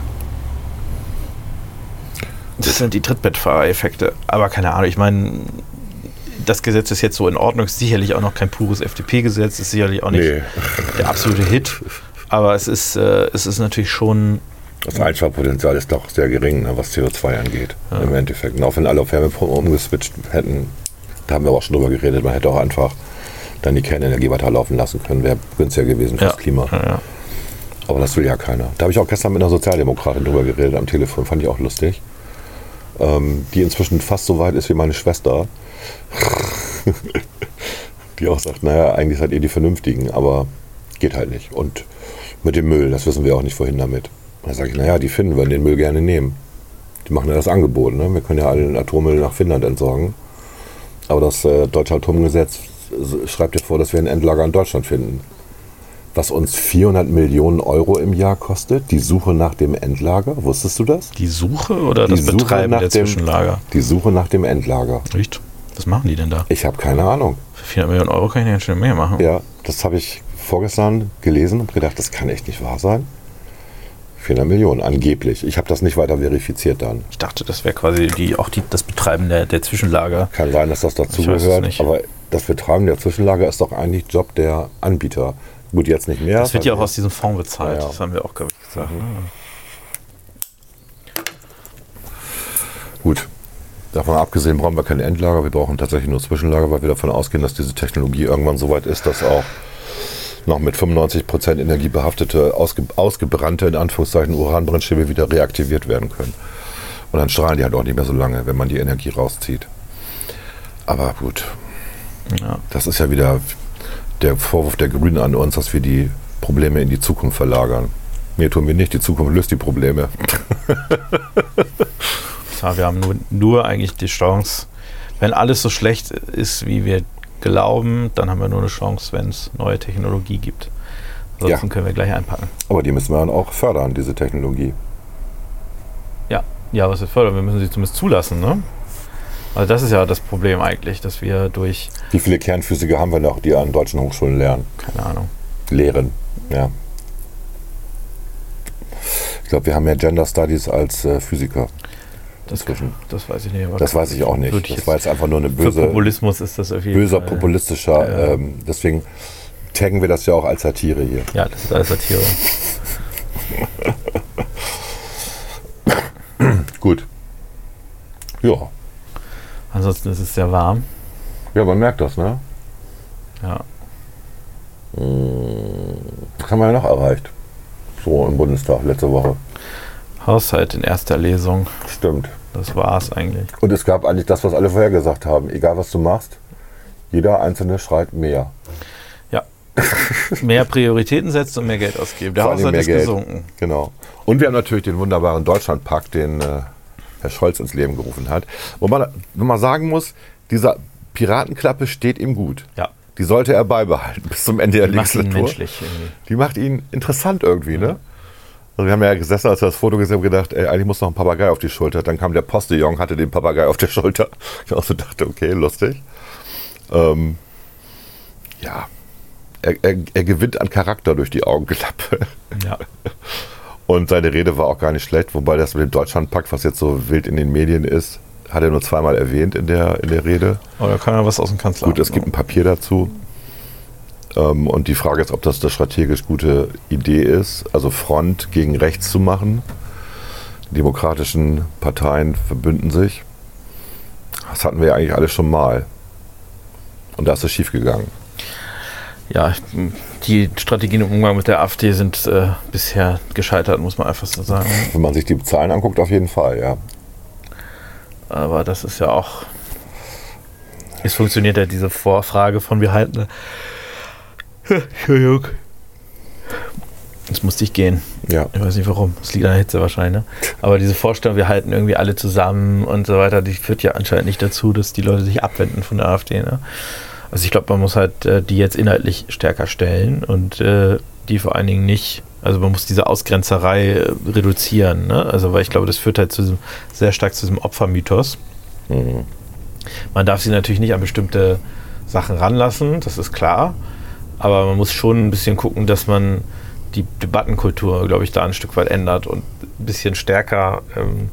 Das sind die Trittbettfahrereffekte. Aber keine Ahnung, ich meine, das Gesetz ist jetzt so in Ordnung, ist sicherlich auch noch kein pures F D P-Gesetz, ist sicherlich auch nicht Nee. der absolute Hit. Aber es ist, äh, es ist natürlich schon... Das Einsparpotenzial ist doch sehr gering, ne, was C O zwei angeht, Ja. im Endeffekt. Und auch wenn alle auf Wärmepumpen umgeswitcht hätten, da haben wir auch schon drüber geredet, man hätte auch einfach dann die Kernenergie weiterlaufen lassen können, wäre günstiger gewesen fürs Ja. Klima. Ja, ja. Aber das will ja keiner. Da habe ich auch gestern mit einer Sozialdemokratin drüber geredet am Telefon, fand ich auch lustig. Ähm, die inzwischen fast so weit ist wie meine Schwester. Die auch sagt, naja, eigentlich seid ihr die Vernünftigen, aber geht halt nicht. Und mit dem Müll, das wissen wir auch nicht, wohin damit. Da sage ich, naja, die Finnen würden den Müll gerne nehmen. Die machen ja das Angebot. Ne? Wir können ja alle den Atommüll nach Finnland entsorgen. Aber das äh, deutsche Atomgesetz schreibt ja vor, dass wir ein Endlager in Deutschland finden. Was uns vierhundert Millionen Euro im Jahr kostet, die Suche nach dem Endlager. Wusstest du das? Die Suche oder Die das Suche Betreiben nach der dem- Zwischenlager? Die Suche nach dem Endlager. Echt? Was machen die denn da? Ich habe keine Ahnung. Für vierhundert Millionen Euro kann ich ja schon mehr machen. Ja, das habe ich vorgestern gelesen und gedacht, das kann echt nicht wahr sein. vierhundert Millionen, angeblich. Ich habe das nicht weiter verifiziert dann. Ich dachte, das wäre quasi die, auch die, das Betreiben der, der Zwischenlager. Kann sein, dass das Ich weiß es dazugehört, nicht. aber das Betreiben der Zwischenlager ist doch eigentlich Job der Anbieter. Gut, jetzt nicht mehr. Das wird ja auch weil- aus diesem Fonds bezahlt. Ja, ja. Das haben wir auch glaub ich, gesagt. Gut. Davon abgesehen brauchen wir kein Endlager, wir brauchen tatsächlich nur Zwischenlager, weil wir davon ausgehen, dass diese Technologie irgendwann so weit ist, dass auch noch mit fünfundneunzig Prozent Energie behaftete, ausge, ausgebrannte, in Anführungszeichen, Uranbrennstäbe wieder reaktiviert werden können. Und dann strahlen die halt auch nicht mehr so lange, wenn man die Energie rauszieht. Aber gut, Ja. das ist ja wieder der Vorwurf der Grünen an uns, dass wir die Probleme in die Zukunft verlagern. Nee, tun wir nicht, die Zukunft löst die Probleme. Ja, wir haben nur, nur eigentlich die Chance, wenn alles so schlecht ist, wie wir glauben, dann haben wir nur eine Chance, wenn es neue Technologie gibt. Ansonsten Ja. können wir gleich einpacken. Aber die müssen wir dann auch fördern, diese Technologie. Ja, ja, was wir fördern, wir müssen sie zumindest zulassen, ne? Also das ist ja das Problem eigentlich, dass wir durch, Wie viele Kernphysiker haben wir noch, die an deutschen Hochschulen lernen? keine Ahnung, Lehren, ja. Ich glaube, wir haben mehr Gender Studies als äh, Physiker. das, Inzwischen. das weiß ich nicht. Aber Das weiß ich auch nicht. würde ich Das jetzt- war jetzt einfach nur eine für böse, Populismus ist das auf jeden böser Fall. populistischer, Ja, ja. ähm, deswegen taggen wir das ja auch als Satire hier. Ja, das ist alles Satire. Gut. Ja. Ansonsten ist es sehr warm. Ja, man merkt das, ne? Ja. Was haben wir ja noch erreicht? So im Bundestag letzte Woche. Haushalt in erster Lesung. Stimmt. Das war's eigentlich. Und es gab eigentlich das, was alle vorher gesagt haben. Egal, was du machst, jeder Einzelne schreit mehr. Ja. Mehr Prioritäten setzt und mehr Geld ausgeben. Der Vor allem Haushalt mehr ist Geld. gesunken. Genau. Und wir haben natürlich den wunderbaren Deutschlandpakt, den äh, Herr Scholz ins Leben gerufen hat. Wo man, wo man sagen muss, dieser Piratenklappe steht ihm gut. Ja. Die sollte er beibehalten bis zum Ende der Die macht ihn Legislatur. menschlich irgendwie. Die macht ihn interessant irgendwie, ne? Also wir haben ja gesessen, als wir das Foto gesehen haben, gedacht, ey, eigentlich muss noch ein Papagei auf die Schulter. Dann kam der Postillon, hatte den Papagei auf der Schulter. Ich auch so dachte, okay, lustig. Ähm, ja, er, er, er gewinnt an Charakter durch die Augenklappe. Ja. Und seine Rede war auch gar nicht schlecht, wobei das mit dem Deutschlandpakt, was jetzt so wild in den Medien ist, hat er nur zweimal erwähnt in der, in der Rede. Aber da kann er was aus dem Kanzleramt. Gut, es gibt ein Papier dazu. Ähm, und die Frage ist, ob das eine strategisch gute Idee ist, also Front gegen rechts zu machen. Die demokratischen Parteien verbünden sich. Das hatten wir ja eigentlich alles schon mal. Und da ist es schief gegangen. Ja, die Strategien im Umgang mit der AfD sind äh, bisher gescheitert, muss man einfach so sagen. Wenn man sich die Zahlen anguckt, auf jeden Fall, ja. Aber das ist ja auch. Es funktioniert ja diese Vorfrage von wir halten. Entschuldigung. Jetzt musste ich gehen. Ja. Ich weiß nicht warum. Es liegt an der Hitze wahrscheinlich. Ne? Aber diese Vorstellung, wir halten irgendwie alle zusammen und so weiter, die führt ja anscheinend nicht dazu, dass die Leute sich abwenden von der AfD. Ne? Also ich glaube, man muss halt äh, die jetzt inhaltlich stärker stellen und äh, die vor allen Dingen nicht, also man muss diese Ausgrenzerei äh, reduzieren. Ne? Also weil ich glaube, das führt halt zu diesem, sehr stark zu diesem Opfermythos. Mhm. Man darf sie natürlich nicht an bestimmte Sachen ranlassen, das ist klar. Aber man muss schon ein bisschen gucken, dass man die Debattenkultur, glaube ich, da ein Stück weit ändert und ein bisschen stärker ähm,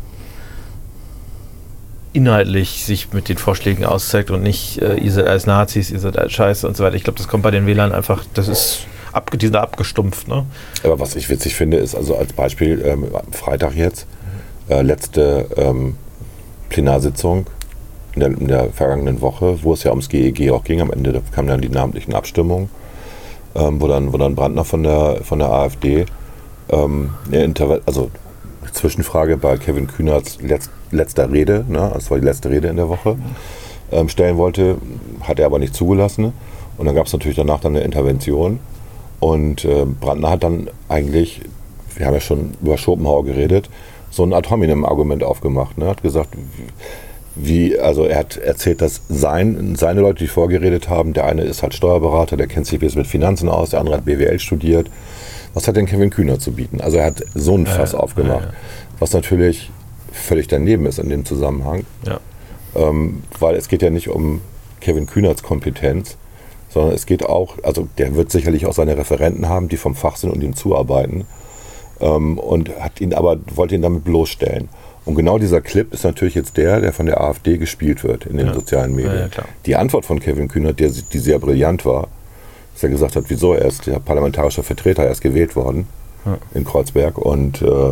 inhaltlich sich mit den Vorschlägen auszeigt und nicht, äh, ihr seid als Nazis, ihr seid als Scheiße und so weiter. Ich glaube, das kommt bei den Wählern einfach, das ist abge, die sind abgestumpft. Ne? Aber was ich witzig finde, ist also als Beispiel ähm, am Freitag jetzt, äh, letzte ähm, Plenarsitzung in der, in der vergangenen Woche, wo es ja ums G E G auch ging. Am Ende kamen dann die namentlichen Abstimmungen. Ähm, wo, dann, wo dann Brandner von der, von der AfD ähm, eine Interve- also eine Zwischenfrage bei Kevin Kühnerts letz, letzter Rede, ne, das war die letzte Rede in der Woche, ähm, stellen wollte, hat er aber nicht zugelassen. Und dann gab es natürlich danach dann eine Intervention. Und äh, Brandner hat dann eigentlich, wir haben ja schon über Schopenhauer geredet, so ein Ad hominem-Argument aufgemacht. Ne, hat gesagt, Wie, also er hat erzählt, dass sein, seine Leute, die vorgeredet haben, der eine ist halt Steuerberater, der kennt sich jetzt mit Finanzen aus, der andere hat B W L studiert. Was hat denn Kevin Kühnert zu bieten? Also er hat so ein Fass ja, aufgemacht, ja, ja. was natürlich völlig daneben ist in dem Zusammenhang. Ja. Ähm, weil es geht ja nicht um Kevin Kühnerts Kompetenz, sondern es geht auch, also der wird sicherlich auch seine Referenten haben, die vom Fach sind und ihm zuarbeiten. Ähm, und hat ihn aber, wollte ihn damit bloßstellen. Und genau dieser Clip ist natürlich jetzt der, der von der AfD gespielt wird in den ja. sozialen Medien. Ja, ja, die Antwort von Kevin Kühnert, der, die sehr brillant war, dass er gesagt hat, wieso, er ist der parlamentarische Vertreter, er ist gewählt worden ja. in Kreuzberg und äh,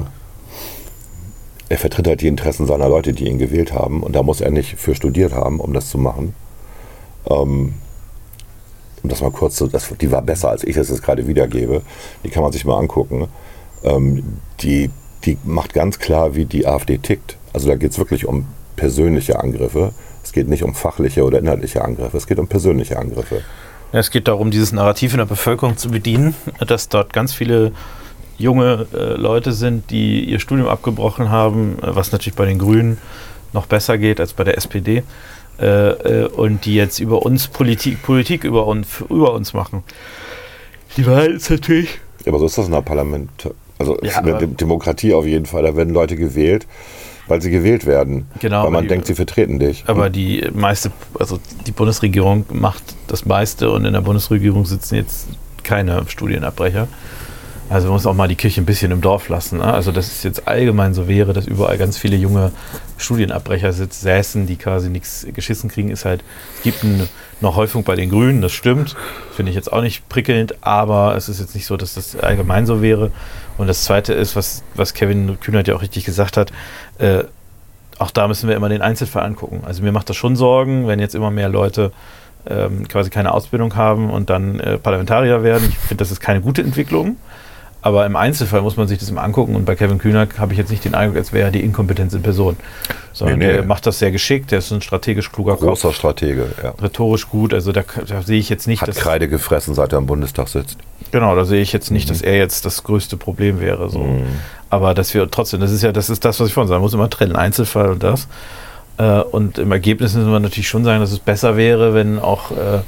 er vertritt halt die Interessen seiner Leute, die ihn gewählt haben und da muss er nicht für studiert haben, um das zu machen. Ähm, um das mal kurz zu, das, die war besser, als ich es jetzt gerade wiedergebe, die kann man sich mal angucken. Ähm, die Die macht ganz klar, wie die AfD tickt. Also da geht es wirklich um persönliche Angriffe. Es geht nicht um fachliche oder inhaltliche Angriffe. Es geht um persönliche Angriffe. Ja, es geht darum, dieses Narrativ in der Bevölkerung zu bedienen, dass dort ganz viele junge äh, Leute sind, die ihr Studium abgebrochen haben, was natürlich bei den Grünen noch besser geht als bei der S P D. Äh, äh, und die jetzt über uns Politik, Politik über uns, über uns machen. Die Wahrheit ist natürlich... Ja, aber so ist das in der Parlament... Also ja, in der Demokratie auf jeden Fall, da werden Leute gewählt, weil sie gewählt werden. Genau, weil man die, denkt, sie vertreten dich. Aber die meiste, also die Bundesregierung macht das meiste und in der Bundesregierung sitzen jetzt keine Studienabbrecher. Also man muss auch mal die Kirche ein bisschen im Dorf lassen. Ne? Also dass es jetzt allgemein so wäre, dass überall ganz viele junge Studienabbrecher sitz, säßen, die quasi nichts geschissen kriegen, ist halt, es gibt eine, eine Häufung bei den Grünen, das stimmt, finde ich jetzt auch nicht prickelnd, aber es ist jetzt nicht so, dass das allgemein so wäre. Und das Zweite ist, was, was Kevin Kühnert ja auch richtig gesagt hat, äh, auch da müssen wir immer den Einzelfall angucken. Also mir macht das schon Sorgen, wenn jetzt immer mehr Leute ähm, quasi keine Ausbildung haben und dann äh, Parlamentarier werden. Ich finde, das ist keine gute Entwicklung. Aber im Einzelfall muss man sich das mal angucken. Und bei Kevin Kühnert habe ich jetzt nicht den Eindruck, als wäre er die Inkompetenz in Person. Sondern nee, nee. Der macht das sehr geschickt. Der ist ein strategisch kluger Kopf. Großer Stratege, ja. Rhetorisch gut. Also da, da sehe ich jetzt nicht... Hat dass Kreide gefressen, seit er im Bundestag sitzt. Genau, da sehe ich jetzt nicht, mhm. dass er jetzt das größte Problem wäre. So. Mhm. Aber dass wir trotzdem, das ist ja das, ist das was ich vorhin sage, man muss immer trennen, Einzelfall und das. Und im Ergebnis müssen wir natürlich schon sagen, dass es besser wäre, wenn auch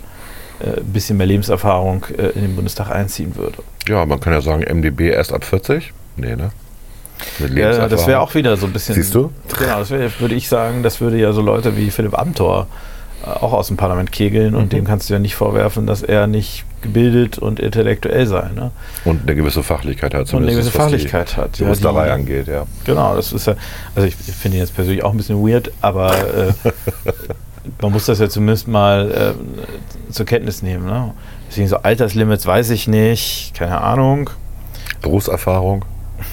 ein bisschen mehr Lebenserfahrung in den Bundestag einziehen würde. Ja, man kann ja sagen, M D B erst ab vierzig? Nee, ne? Mit ja, das wäre auch wieder so ein bisschen... Siehst du? Genau, das wär, würde ich sagen, das würde ja so Leute wie Philipp Amthor auch aus dem Parlament kegeln und mhm. dem kannst du ja nicht vorwerfen, dass er nicht gebildet und intellektuell sei. Ne? Und eine gewisse Fachlichkeit hat. Und eine gewisse Fachlichkeit die hat. Juristerei ja, angeht, ja. Genau, das ist ja, also ich finde ihn jetzt persönlich auch ein bisschen weird, aber äh, man muss das ja zumindest mal äh, zur Kenntnis nehmen. Ne? Deswegen so Alterslimits weiß ich nicht, keine Ahnung. Berufserfahrung?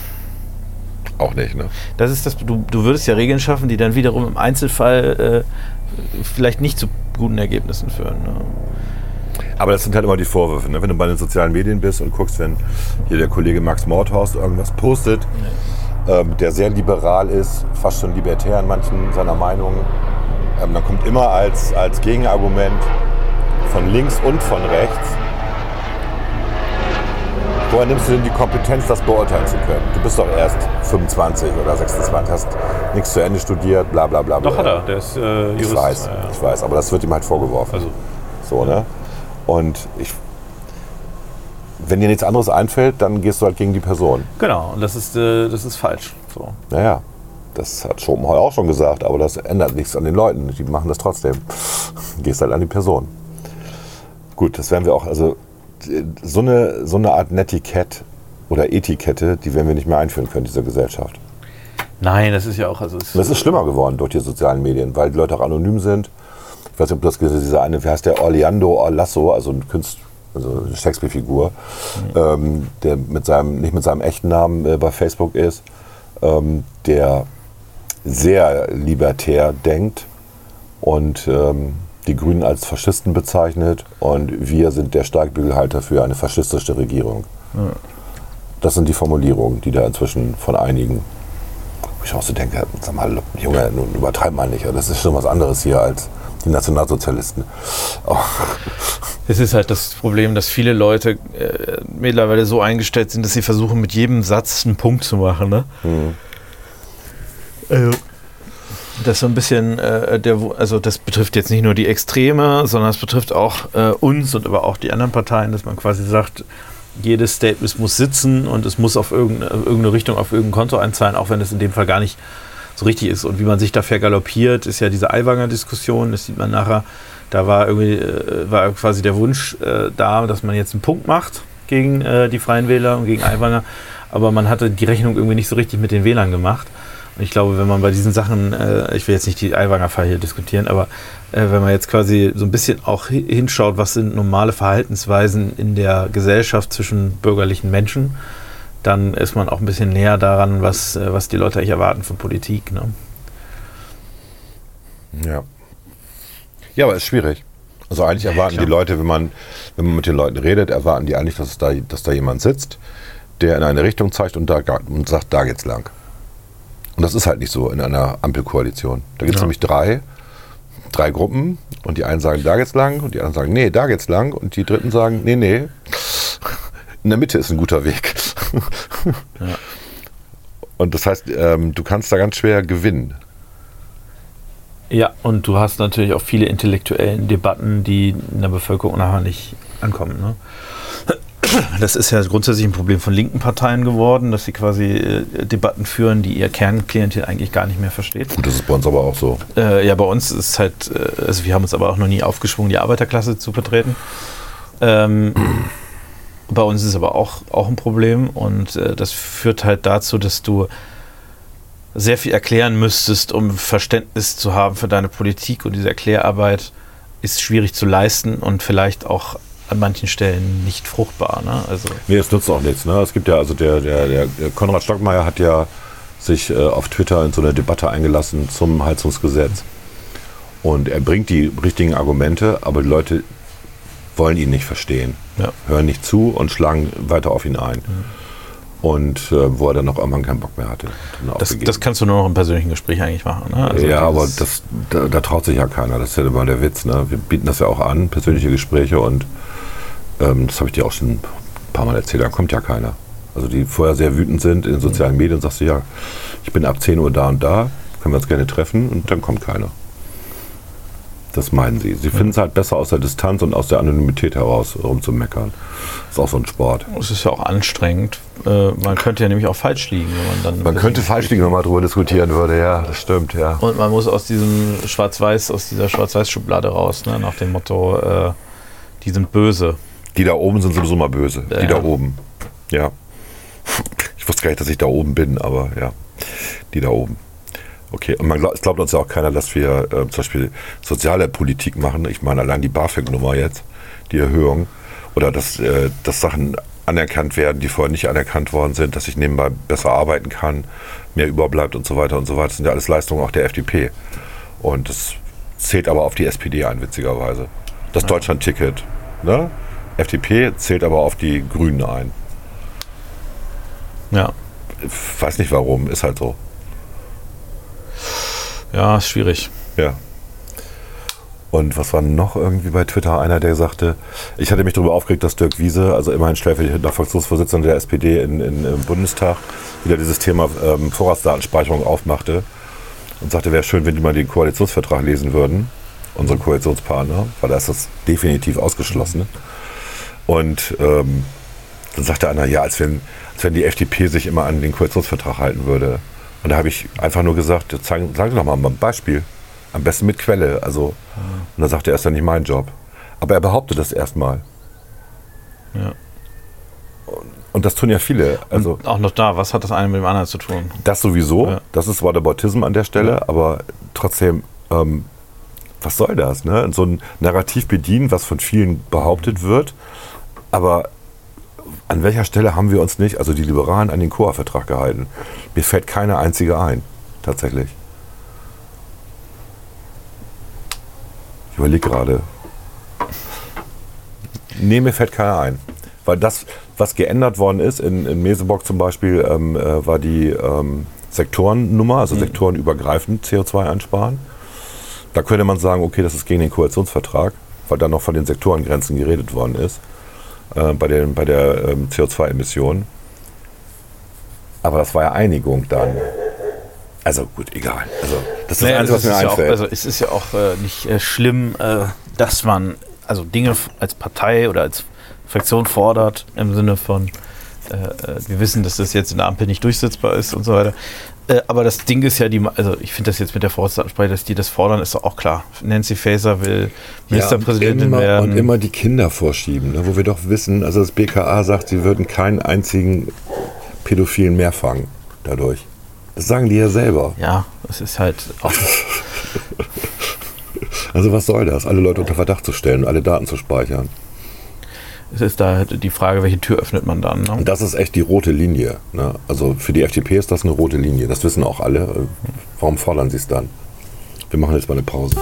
Auch nicht, ne? Das ist das, du, du würdest ja Regeln schaffen, die dann wiederum im Einzelfall äh, vielleicht nicht zu guten Ergebnissen führen. Ne? Aber das sind halt immer die Vorwürfe, ne? Wenn du bei den sozialen Medien bist und guckst, wenn hier der Kollege Max Mordhorst irgendwas postet, nee. ähm, der sehr liberal ist, fast schon libertär in manchen seiner Meinungen, ähm, dann kommt immer als, als Gegenargument von links und von rechts, woher nimmst du denn die Kompetenz, das beurteilen zu können? Du bist doch erst fünfundzwanzig oder sechsundzwanzig, hast nichts zu Ende studiert, bla bla bla. Doch hat er, der ist äh, Jurist. Ich weiß, ja, ja. ich weiß, aber das wird ihm halt vorgeworfen. Also. So, ne? Und ich, wenn dir nichts anderes einfällt, dann gehst du halt gegen die Person. Genau, und das ist, äh, das ist falsch. So. Naja, das hat Schopenhauer auch schon gesagt, aber das ändert nichts an den Leuten. Die machen das trotzdem. Du gehst halt an die Person. Gut, das werden wir auch, also so eine, so eine Art Netiquette oder Etikette, die werden wir nicht mehr einführen können, dieser Gesellschaft. Nein, das ist ja auch, also es das ist schlimmer geworden durch die sozialen Medien, weil die Leute auch anonym sind. Ich weiß nicht, ob du das gesehen hast, dieser eine, wie heißt der, Orlando Orlasso, also ein Künstler, also eine Shakespeare-Figur, mhm. ähm, der mit seinem, nicht mit seinem echten Namen äh, bei Facebook ist, ähm, der sehr libertär denkt und ähm, die Grünen als Faschisten bezeichnet und wir sind der Steigbügelhalter für eine faschistische Regierung. Mhm. Das sind die Formulierungen, die da inzwischen von einigen, wo ich auch so denke, sag mal, Junge, nun übertreib mal nicht, das ist schon was anderes hier als die Nationalsozialisten. Oh. Es ist halt das Problem, dass viele Leute äh, mittlerweile so eingestellt sind, dass sie versuchen, mit jedem Satz einen Punkt zu machen. Ne? Mhm. Also, das ist so ein bisschen, äh, der, also das betrifft jetzt nicht nur die Extreme, sondern es betrifft auch äh, uns und aber auch die anderen Parteien, dass man quasi sagt, jedes Statement muss sitzen und es muss auf irgendeine, irgendeine Richtung, auf irgendein Konto einzahlen, auch wenn es in dem Fall gar nicht so richtig ist. Und wie man sich da vergaloppiert, ist ja diese Aiwanger-Diskussion, das sieht man nachher, da war irgendwie äh, war quasi der Wunsch äh, da, dass man jetzt einen Punkt macht gegen äh, die Freien Wähler und gegen Aiwanger, aber man hatte die Rechnung irgendwie nicht so richtig mit den Wählern gemacht. Und ich glaube, wenn man bei diesen Sachen, äh, ich will jetzt nicht die Aiwanger-Fall hier diskutieren, aber äh, wenn man jetzt quasi so ein bisschen auch hinschaut, was sind normale Verhaltensweisen in der Gesellschaft zwischen bürgerlichen Menschen, dann ist man auch ein bisschen näher daran, was, äh, was die Leute eigentlich erwarten von Politik. Ne? Ja. Ja, aber es ist schwierig. Also eigentlich erwarten ja, die Leute, wenn man, wenn man mit den Leuten redet, erwarten die eigentlich, dass, da, dass da jemand sitzt, der in eine Richtung zeigt und, da, und sagt, da geht's lang. Und das ist halt nicht so in einer Ampelkoalition. Da gibt es ja. nämlich drei, drei Gruppen und die einen sagen, da geht's lang und die anderen sagen, nee, da geht's lang und die dritten sagen, nee, nee, in der Mitte ist ein guter Weg. Ja. Und das heißt, ähm, du kannst da ganz schwer gewinnen. Ja, und du hast natürlich auch viele intellektuellen Debatten, die in der Bevölkerung nachher nicht ankommen. Ne? Das ist ja grundsätzlich ein Problem von linken Parteien geworden, dass sie quasi äh, Debatten führen, die ihr Kernklientel eigentlich gar nicht mehr versteht. Gut, das ist bei uns aber auch so. Äh, ja, bei uns ist es halt, äh, also wir haben uns aber auch noch nie aufgeschwungen, die Arbeiterklasse zu vertreten. Ähm, bei uns ist es aber auch, auch ein Problem und äh, das führt halt dazu, dass du sehr viel erklären müsstest, um Verständnis zu haben für deine Politik, und diese Erklärarbeit ist schwierig zu leisten und vielleicht auch an manchen Stellen nicht fruchtbar. Ne? Also nee, es nutzt auch nichts. Ne? Es gibt ja, also der, der, der Konrad Stockmeier hat ja sich äh, auf Twitter in so eine Debatte eingelassen zum Heizungsgesetz. Und er bringt die richtigen Argumente, aber die Leute wollen ihn nicht verstehen, ja. hören nicht zu und schlagen weiter auf ihn ein. Mhm. Und äh, wo er dann auch irgendwann keinen Bock mehr hatte. Das, das kannst du nur noch im persönlichen Gespräch eigentlich machen. Ne? Also ja, aber das, da, da traut sich ja keiner. Das ist ja immer der Witz. Ne? Wir bieten das ja auch an, persönliche Gespräche, und ähm, das habe ich dir auch schon ein paar Mal erzählt, da kommt ja keiner. Also die vorher sehr wütend sind in den sozialen Medien, sagst du, ja, ich bin ab zehn Uhr da und da, können wir uns gerne treffen, und dann kommt keiner. Das meinen sie. Sie finden es halt besser aus der Distanz und aus der Anonymität heraus rumzumeckern. Das ist auch so ein Sport. Es ist ja auch anstrengend. Äh, man könnte ja nämlich auch falsch liegen. Wenn man dann man könnte falsch liegen, wenn man darüber diskutieren würde. Ja, das stimmt, ja. Und man muss aus diesem Schwarz-Weiß, aus dieser Schwarz-Weiß-Schublade raus, ne? Nach dem Motto, äh, die sind böse. Die da oben sind sowieso mal böse. Ja. Die da oben. Ja. Ich wusste gar nicht, dass ich da oben bin, aber ja. Die da oben. Okay, und man glaubt, es glaubt uns ja auch keiner, dass wir äh, zum Beispiel soziale Politik machen. Ich meine, allein die BAföG-Nummer jetzt, die Erhöhung, oder dass, äh, dass Sachen anerkannt werden, die vorher nicht anerkannt worden sind, dass ich nebenbei besser arbeiten kann, mehr überbleibt und so weiter und so weiter. Das sind ja alles Leistungen auch der F D P. Und das zählt aber auf die S P D ein, witzigerweise. Das Deutschland-Ticket, ne? F D P zählt aber auf die Grünen ein. Ja. Ich weiß nicht warum, ist halt so. Ja, ist schwierig. Ja. Und was war noch irgendwie bei Twitter? Einer, der sagte, ich hatte mich darüber aufgeregt, dass Dirk Wiese, also immerhin stellvertretender Fraktionsvorsitzender der S P D in, in, im Bundestag, wieder dieses Thema ähm, Vorratsdatenspeicherung aufmachte und sagte, wäre schön, wenn die mal den Koalitionsvertrag lesen würden, unsere Koalitionspartner, weil da ist das definitiv ausgeschlossen. Und ähm, dann sagte einer, ja, als wenn, als wenn die F D P sich immer an den Koalitionsvertrag halten würde. Und da habe ich einfach nur gesagt, sagen, sagen Sie doch mal ein Beispiel. Am besten mit Quelle. Also, und dann sagte er, ist ja nicht mein Job. Aber er behauptet das erstmal. Ja. Und, und das tun ja viele. Also, und auch noch da, was hat das eine mit dem anderen zu tun? Das sowieso. Ja. Das ist Whataboutism an der Stelle. Ja. Aber trotzdem, ähm, was soll das? Ne? So ein Narrativ bedienen, was von vielen behauptet wird. Aber an welcher Stelle haben wir uns nicht, also die Liberalen, an den C O A-Vertrag gehalten? Mir fällt keine einzige ein, tatsächlich. Ich überlege gerade. Nee, mir fällt keiner ein. Weil das, was geändert worden ist, in, in Mesebock zum Beispiel, ähm, äh, war die ähm, Sektorennummer, also mhm. sektorenübergreifend C O zwei einsparen. Da könnte man sagen, okay, das ist gegen den Koalitionsvertrag, weil da noch von den Sektorengrenzen geredet worden ist, äh, bei, den, bei der ähm, C O zwei Emission. Aber das war ja Einigung dann. Also gut, egal. Also, das ist naja, das Einzige, was mir einfällt. Ja auch, also es ist ja auch äh, nicht äh, schlimm, äh, dass man also Dinge als Partei oder als Fraktion fordert, im Sinne von, äh, wir wissen, dass das jetzt in der Ampel nicht durchsetzbar ist und so weiter. Äh, aber das Ding ist ja, die, also ich finde das jetzt mit der Vorratsansprache, dass die das fordern, ist doch auch klar. Nancy Faeser will Ministerpräsidentin ja, werden. Und immer die Kinder vorschieben, ne, wo wir doch wissen, also das B K A sagt, sie würden keinen einzigen Pädophilen mehr fangen dadurch. Das sagen die ja selber. Ja, das ist halt auch. Also was soll das? Alle Leute unter Verdacht zu stellen, alle Daten zu speichern. Es ist da die Frage, welche Tür öffnet man dann? Ne? Und das ist echt die rote Linie. Ne? Also für die F D P ist das eine rote Linie. Das wissen auch alle. Warum fordern sie es dann? Wir machen jetzt mal eine Pause.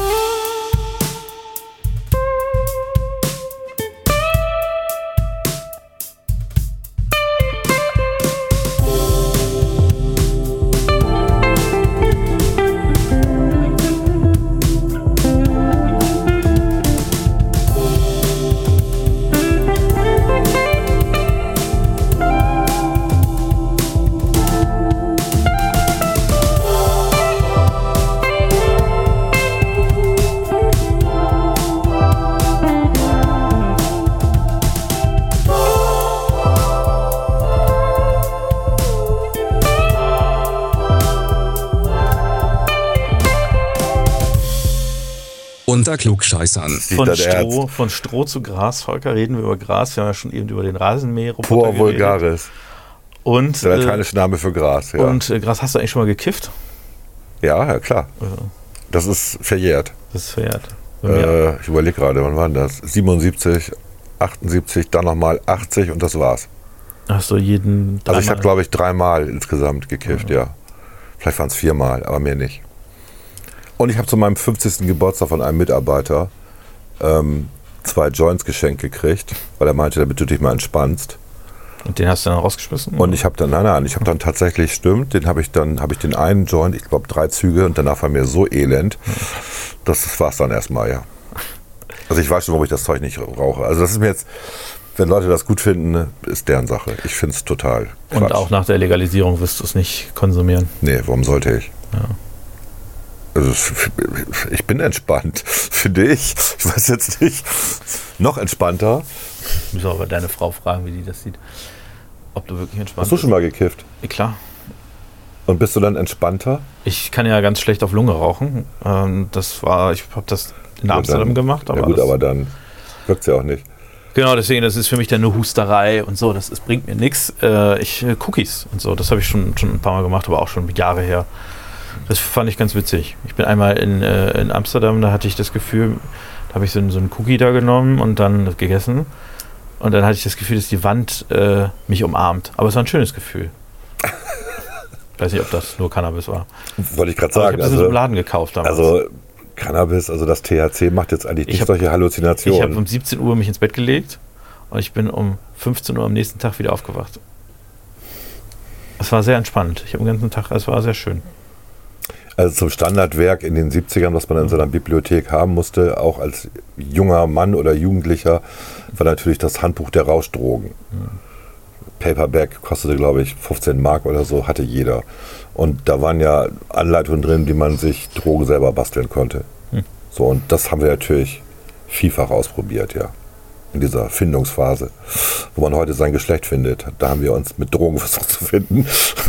Unter Klugscheißern. Von Stroh, von Stroh zu Gras, Volker, reden wir über Gras. Wir haben ja schon eben über den Rasenmäher-Roboter Pur vulgaris. Und, der lateinische Name für Gras. Ja. Und äh, Gras, hast du eigentlich schon mal gekifft? Ja, ja klar. Ja. Das ist verjährt. Das ist verjährt. Äh, ich überlege gerade, wann war das? siebenundsiebzig, achtundsiebzig, dann nochmal achtzig und das war's. Hast du jeden Also ich habe, glaube ich, dreimal insgesamt gekifft, ja. ja. Vielleicht waren es viermal, aber mehr nicht. Und ich habe zu meinem fünfzigsten Geburtstag von einem Mitarbeiter ähm, zwei Joints geschenkt gekriegt, weil er meinte, damit du dich mal entspannst. Und den hast du dann rausgeschmissen? Und ich habe dann, nein, nein, ich habe dann tatsächlich, stimmt, den habe ich dann, habe ich den einen Joint, ich glaube drei Züge und danach war mir so elend, das war es dann erstmal, ja. Also ich weiß schon, warum ich das Zeug nicht rauche. Also das ist mir jetzt, wenn Leute das gut finden, ist deren Sache. Ich finde es total Quatsch. Und auch nach der Legalisierung wirst du es nicht konsumieren? Nee, warum sollte ich? Ja. Also ich bin entspannt, finde ich. Ich weiß jetzt nicht, noch entspannter. Ich muss aber deine Frau fragen, wie die das sieht. Ob du wirklich entspannt bist. Hast du schon mal gekifft? Ja, klar. Und bist du dann entspannter? Ich kann ja ganz schlecht auf Lunge rauchen. Das war, ich habe das in ja, Amsterdam dann, gemacht. Aber ja gut, aber dann wirkt es ja auch nicht. Genau, deswegen, das ist für mich dann eine Husterei und so, das ist, bringt mir nichts. Ich, Cookies und so, das habe ich schon, schon ein paar Mal gemacht, aber auch schon Jahre her. Das fand ich ganz witzig. Ich bin einmal in, äh, in Amsterdam, da hatte ich das Gefühl, da habe ich so, so einen Cookie da genommen und dann gegessen. Und dann hatte ich das Gefühl, dass die Wand äh, mich umarmt. Aber es war ein schönes Gefühl. Ich weiß nicht, ob das nur Cannabis war. Wollte ich gerade sagen. Ich habe das also, im Laden gekauft damals. Also Cannabis, also das T H C macht jetzt eigentlich nicht hab, solche Halluzinationen. Ich habe um siebzehn Uhr mich ins Bett gelegt und ich bin um fünfzehn Uhr am nächsten Tag wieder aufgewacht. Es war sehr entspannt. Ich habe den ganzen Tag, es war sehr schön. Also zum Standardwerk in den siebzigern, was man in seiner Bibliothek haben musste, auch als junger Mann oder Jugendlicher, war natürlich das Handbuch der Rauschdrogen. Mhm. Paperback kostete, glaube ich, fünfzehn Mark oder so, hatte jeder. Und da waren ja Anleitungen drin, wie man sich Drogen selber basteln konnte. Mhm. So, und das haben wir natürlich vielfach ausprobiert, ja. In dieser Findungsphase, wo man heute sein Geschlecht findet. Da haben wir uns mit Drogen versucht zu finden.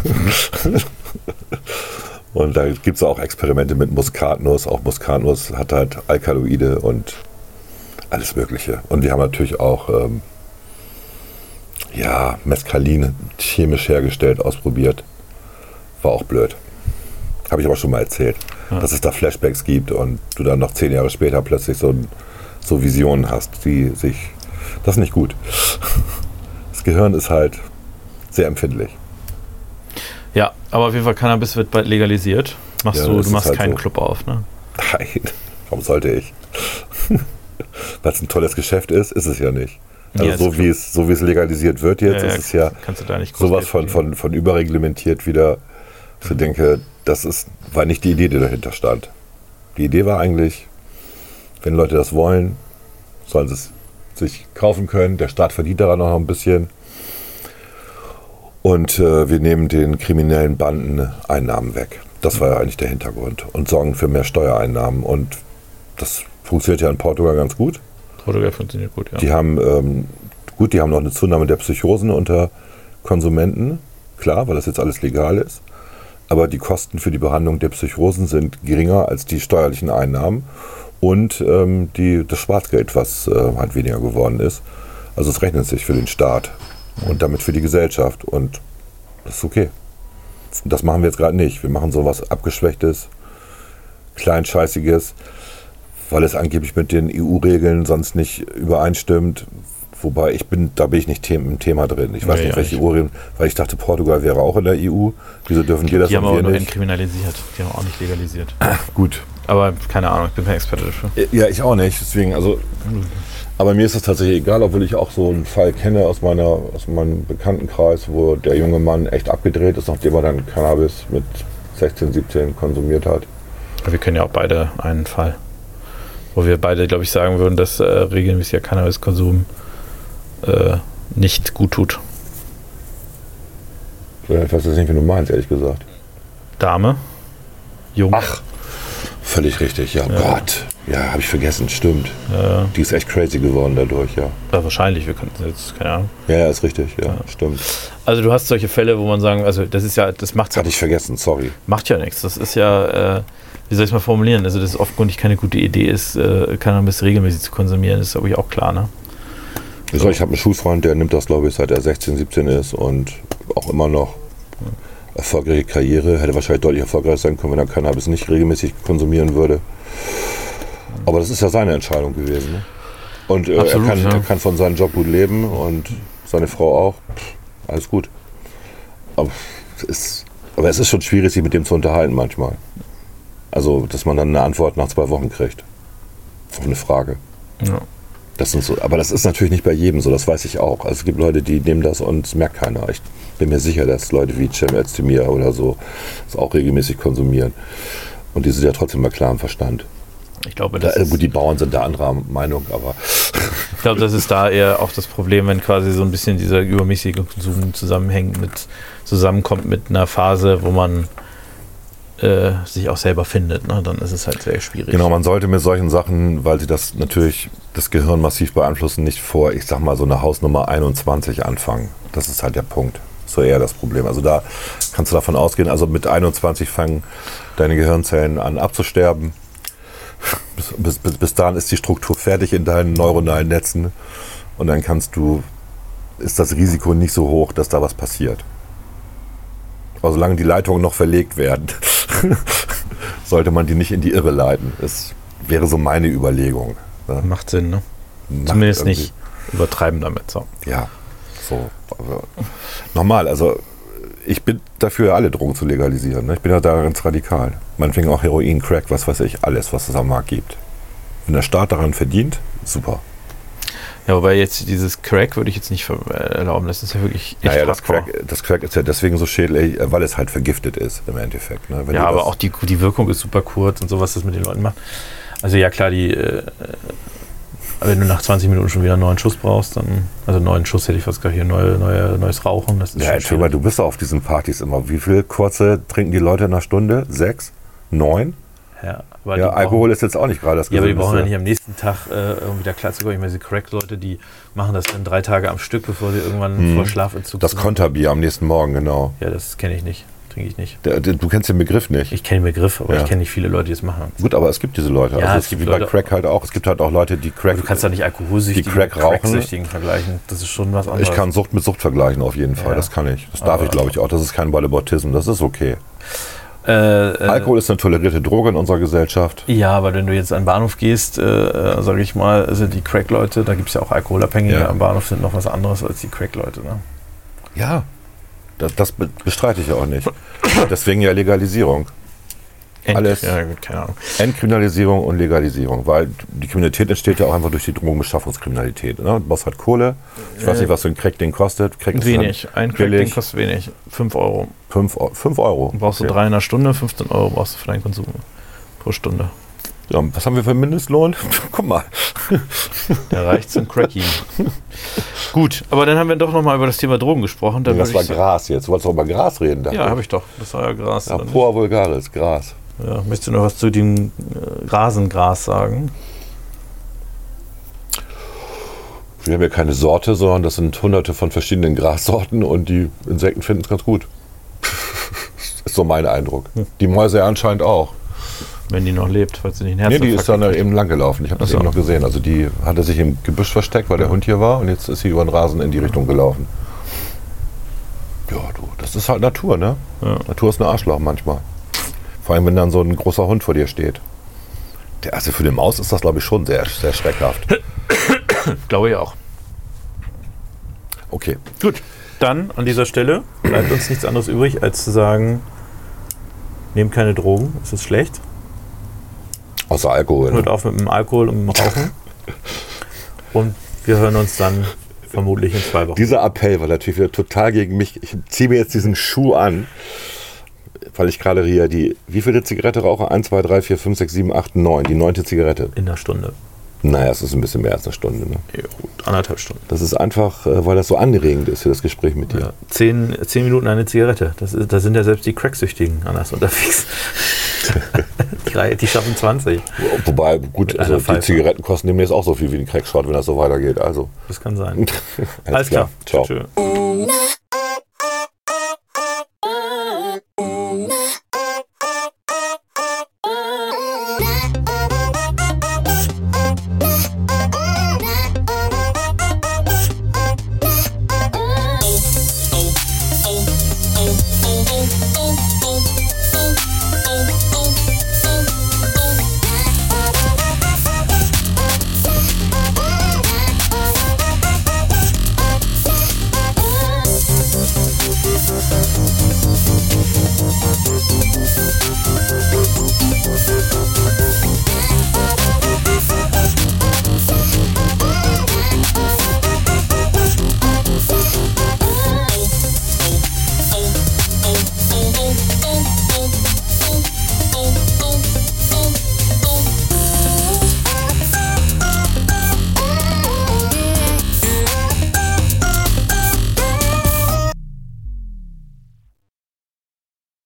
Und da gibt es auch Experimente mit Muskatnuss. Auch Muskatnuss hat halt Alkaloide und alles Mögliche. Und wir haben natürlich auch ähm, ja, Mescalin chemisch hergestellt, ausprobiert. War auch blöd. Habe ich aber schon mal erzählt. Ja. Dass es da Flashbacks gibt und du dann noch zehn Jahre später plötzlich so, so Visionen hast, die sich... Das ist nicht gut. Das Gehirn ist halt sehr empfindlich. Ja, aber auf jeden Fall Cannabis wird bald legalisiert. Machst Ja, du, das du ist machst halt keinen so. Club auf, ne? Nein, warum sollte ich? Weil es ein tolles Geschäft ist, ist es ja nicht. Also Ja, ist so, klar. wie es, so wie es legalisiert wird jetzt, Ja, ja, ist es ja kannst du da nicht groß sowas Geld von, verdienen. von, von überreglementiert wieder. Ich denke, das ist, war nicht die Idee, die dahinter stand. Die Idee war eigentlich, wenn Leute das wollen, sollen sie es sich kaufen können. Der Staat verdient daran noch ein bisschen. Und äh, wir nehmen den kriminellen Banden Einnahmen weg. Das war ja eigentlich der Hintergrund. Und sorgen für mehr Steuereinnahmen. Und das funktioniert ja in Portugal ganz gut. Portugal funktioniert gut, ja. Die haben, ähm, gut, die haben noch eine Zunahme der Psychosen unter Konsumenten. Klar, weil das jetzt alles legal ist. Aber die Kosten für die Behandlung der Psychosen sind geringer als die steuerlichen Einnahmen. Und ähm, die, das Schwarzgeld, was äh, halt weniger geworden ist. Also es rechnet sich für den Staat und damit für die Gesellschaft. Und das ist okay. Das machen wir jetzt gerade nicht. Wir machen sowas Abgeschwächtes, Kleinscheißiges, weil es angeblich mit den E U-Regeln sonst nicht übereinstimmt. Wobei ich bin, da bin ich nicht im Thema drin. Ich weiß Nee, nicht, ja welche nicht. E U-Regeln, weil ich dachte, Portugal wäre auch in der E U. Wieso dürfen die das Die haben und aber wir nur nicht? entkriminalisiert. Die haben auch nicht legalisiert. Gut. Aber keine Ahnung, ich bin kein Experte dafür. Ja, ich auch nicht. Deswegen, also. Aber mir ist es tatsächlich egal, obwohl ich auch so einen Fall kenne aus, meiner, aus meinem Bekanntenkreis, wo der junge Mann echt abgedreht ist, nachdem er dann Cannabis mit sechzehn, siebzehn konsumiert hat. Wir kennen ja auch beide einen Fall, wo wir beide, glaube ich, sagen würden, dass äh, regelmäßiger Cannabiskonsum äh, nicht gut tut. Ich weiß jetzt nicht, wie du meinst, ehrlich gesagt. Dame, jung. Ach, völlig richtig, ja, Ja. Gott. Ja, habe ich vergessen, stimmt. Äh, Die ist echt crazy geworden dadurch, ja. ja, wahrscheinlich, wir könnten jetzt, keine Ahnung. Ja, ja, ist richtig, ja, Ja. stimmt. Also du hast solche Fälle, wo man sagen, also das ist ja, das macht's ja, Hatte ich vergessen, sorry. macht ja nichts. Das ist ja, äh, wie soll ich es mal formulieren? Also dass es offenkundig keine gute Idee ist, äh, Cannabis regelmäßig zu konsumieren, ist glaube ich auch klar, ne? So. Ich habe einen Schulfreund, der nimmt das, glaube ich, seit er sechzehn, siebzehn ist und auch immer noch erfolgreiche Karriere. Hätte wahrscheinlich deutlich erfolgreicher sein können, wenn er Cannabis nicht regelmäßig konsumieren würde. Aber das ist ja seine Entscheidung gewesen. Ne? Und äh, Absolut, er, kann, ja. er kann von seinem Job gut leben und seine Frau auch. Pff, alles gut. Aber es, ist, aber es ist schon schwierig, sich mit dem zu unterhalten manchmal. Also, dass man dann eine Antwort nach zwei Wochen kriegt. Auf eine Frage. Ja. Das sind so, aber das ist natürlich nicht bei jedem so, das weiß ich auch. Also es gibt Leute, die nehmen das und es merkt keiner. Ich bin mir sicher, dass Leute wie Cem Özdemir oder so das auch regelmäßig konsumieren. Und die sind ja trotzdem mal klar im Verstand. Ich glaube, Da, das äh, ist, gut, die Bauern sind da anderer Meinung, aber ich glaube, das ist da eher auch das Problem, wenn quasi so ein bisschen dieser übermäßige Konsum zusammenhängt mit, zusammenkommt mit einer Phase, wo man äh, sich auch selber findet, ne? Dann ist es halt sehr schwierig. genau, man sollte mit solchen Sachen, weil sie das natürlich das Gehirn massiv beeinflussen, nicht vor, ich sag mal, so eine Hausnummer einundzwanzig anfangen. Das ist halt der Punkt. So eher das Problem. Also da kannst du davon ausgehen, also mit einundzwanzig fangen deine Gehirnzellen an abzusterben. Bis, bis, bis, bis dahin ist die Struktur fertig in deinen neuronalen Netzen und dann kannst du, ist das Risiko nicht so hoch, dass da was passiert. Aber solange die Leitungen noch verlegt werden, sollte man die nicht in die Irre leiten. Das wäre so meine Überlegung. Ne? Macht Sinn, ne? Macht Zumindest irgendwie- nicht übertreiben damit. So. Ja, so. Aber normal, also ich bin dafür, alle Drogen zu legalisieren. Ne? Ich bin ja da ganz radikal. Meinetwegen auch Heroin, Crack, was weiß ich, alles, was es am Markt gibt. Wenn der Staat daran verdient, super. Ja, wobei jetzt dieses Crack würde ich jetzt nicht erlauben. Das ist ja wirklich echt Naja, das hardcore. Crack, das Crack ist ja deswegen so schädlich, weil es halt vergiftet ist im Endeffekt. Ne? Wenn Ja, du aber das- auch die, die Wirkung ist super kurz und so, was das mit den Leuten macht. Also ja, klar, die, äh, wenn du nach zwanzig Minuten schon wieder einen neuen Schuss brauchst, dann, also einen neuen Schuss hätte ich fast gar hier, neue, neue, neues Rauchen, das ist Ja, schon Entschuldigung, mal, schwierig. du bist doch auf diesen Partys immer. Wie viel kurze trinken die Leute in einer Stunde? Sechs? Neun? Ja, aber die Ja, brauchen- Alkohol ist jetzt auch nicht gerade das Ja, aber die brauchen ja Gesündeste. nicht am nächsten Tag äh, irgendwie da klar zu kommen. Ich meine, diese Crack-Leute, die machen das dann drei Tage am Stück, bevor sie irgendwann Mhm. vor Schlafentzug Das sind. Konterbier am nächsten Morgen, genau. Ja, das kenne ich nicht. Trinke ich nicht. Der, der, du kennst den Begriff nicht. Ich kenne den Begriff, aber Ja. ich kenne nicht viele Leute, die das machen. Gut, aber es gibt diese Leute. Ja, also es es gibt gibt wie bei Leute- Crack halt auch. Es gibt halt auch Leute, die Crack. Aber du kannst da nicht Alkoholsüchtigen Die Crack mit rauchen. Cracksüchtigen vergleichen. Das ist schon was anderes. Ich kann Sucht mit Sucht vergleichen auf jeden Fall. Ja. Das kann ich. Das darf Aber- ich, glaube ich, auch. Das ist kein Whataboutism. Das ist okay. Äh, äh, Alkohol ist eine tolerierte Droge in unserer Gesellschaft. Ja, aber wenn du jetzt an den Bahnhof gehst, äh, sage ich mal, sind die Crack-Leute, da gibt es ja auch Alkoholabhängige Ja. am Bahnhof, sind noch was anderes als die Crack-Leute. Ne? Ja. Das, das be- bestreite ich ja auch nicht. Deswegen ja Legalisierung. Ent- Alles. Ja, gut, keine Ahnung. Entkriminalisierung und Legalisierung, weil die Kriminalität entsteht ja auch einfach durch die Drogenbeschaffungskriminalität. Ne? Du brauchst halt Kohle. Ich weiß Äh, nicht, was so ein Crack-Ding kostet. Crack ist Wenig. Ein halt billig. Crack-Ding kostet wenig. fünf Euro. fünf Euro. Du brauchst du Okay. drei in der Stunde, fünfzehn Euro brauchst du für deinen Konsum pro Stunde. Ja, was haben wir für einen Mindestlohn? Guck mal. Der reicht zum Cracky. Gut, aber dann haben wir doch nochmal über das Thema Drogen gesprochen. Dann Das würde war ich sagen- Gras jetzt. Du wolltest doch über Gras reden. dachte Ja, ich. habe ich doch. Das war ja Gras. Ja, oder nicht? Poa vulgaris, Gras. Ja, möchtest du noch was zu dem äh, Rasengras sagen? Wir haben ja keine Sorte, sondern das sind hunderte von verschiedenen Grassorten und die Insekten finden es ganz gut. Ist so mein Eindruck. Die Mäuse ja anscheinend auch. Wenn die noch lebt, weil sie nicht einen Nee, die Herzinfarkt ist dann kriegt. eben lang gelaufen. Ich habe das Ach so. eben noch gesehen. Also die hatte sich im Gebüsch versteckt, weil der Hund hier war und jetzt ist sie über den Rasen in die Richtung gelaufen. Ja, du, das ist halt Natur, ne? Ja. Natur ist ein Arschloch manchmal. Vor allem, wenn dann so ein großer Hund vor dir steht. Der, also für eine Maus ist das, glaube ich, schon sehr, sehr schreckhaft. Glaube ich auch. Okay. Gut, dann an dieser Stelle bleibt uns nichts anderes übrig, als zu sagen, nehmt keine Drogen, es ist schlecht. Außer Alkohol. Hört Ne? auf mit dem Alkohol und dem Rauchen. Und wir hören uns dann vermutlich in zwei Wochen. Dieser Appell war natürlich wieder total gegen mich. Ich ziehe mir jetzt diesen Schuh an, weil ich gerade hier die, wie viele Zigarette rauche? eins, zwei, drei, vier, fünf, sechs, sieben, acht, neun. Die neunte Zigarette. In einer Stunde. Naja, es ist ein bisschen mehr als eine Stunde. Ne? Ja, gut, anderthalb Stunden. Das ist einfach, äh, weil das so anregend ist für das Gespräch mit dir. Ja. Zehn, zehn Minuten eine Zigarette. Das ist, da sind ja selbst die Cracksüchtigen anders unterwegs. die, Reihe- die schaffen zwanzig. Wobei, gut, Mit also einer die Pfeife. Zigaretten kosten demnächst auch so viel wie ein Crackshot, wenn das so weitergeht. Also, Das kann sein. alles, klar. Ciao. Tschö. Na,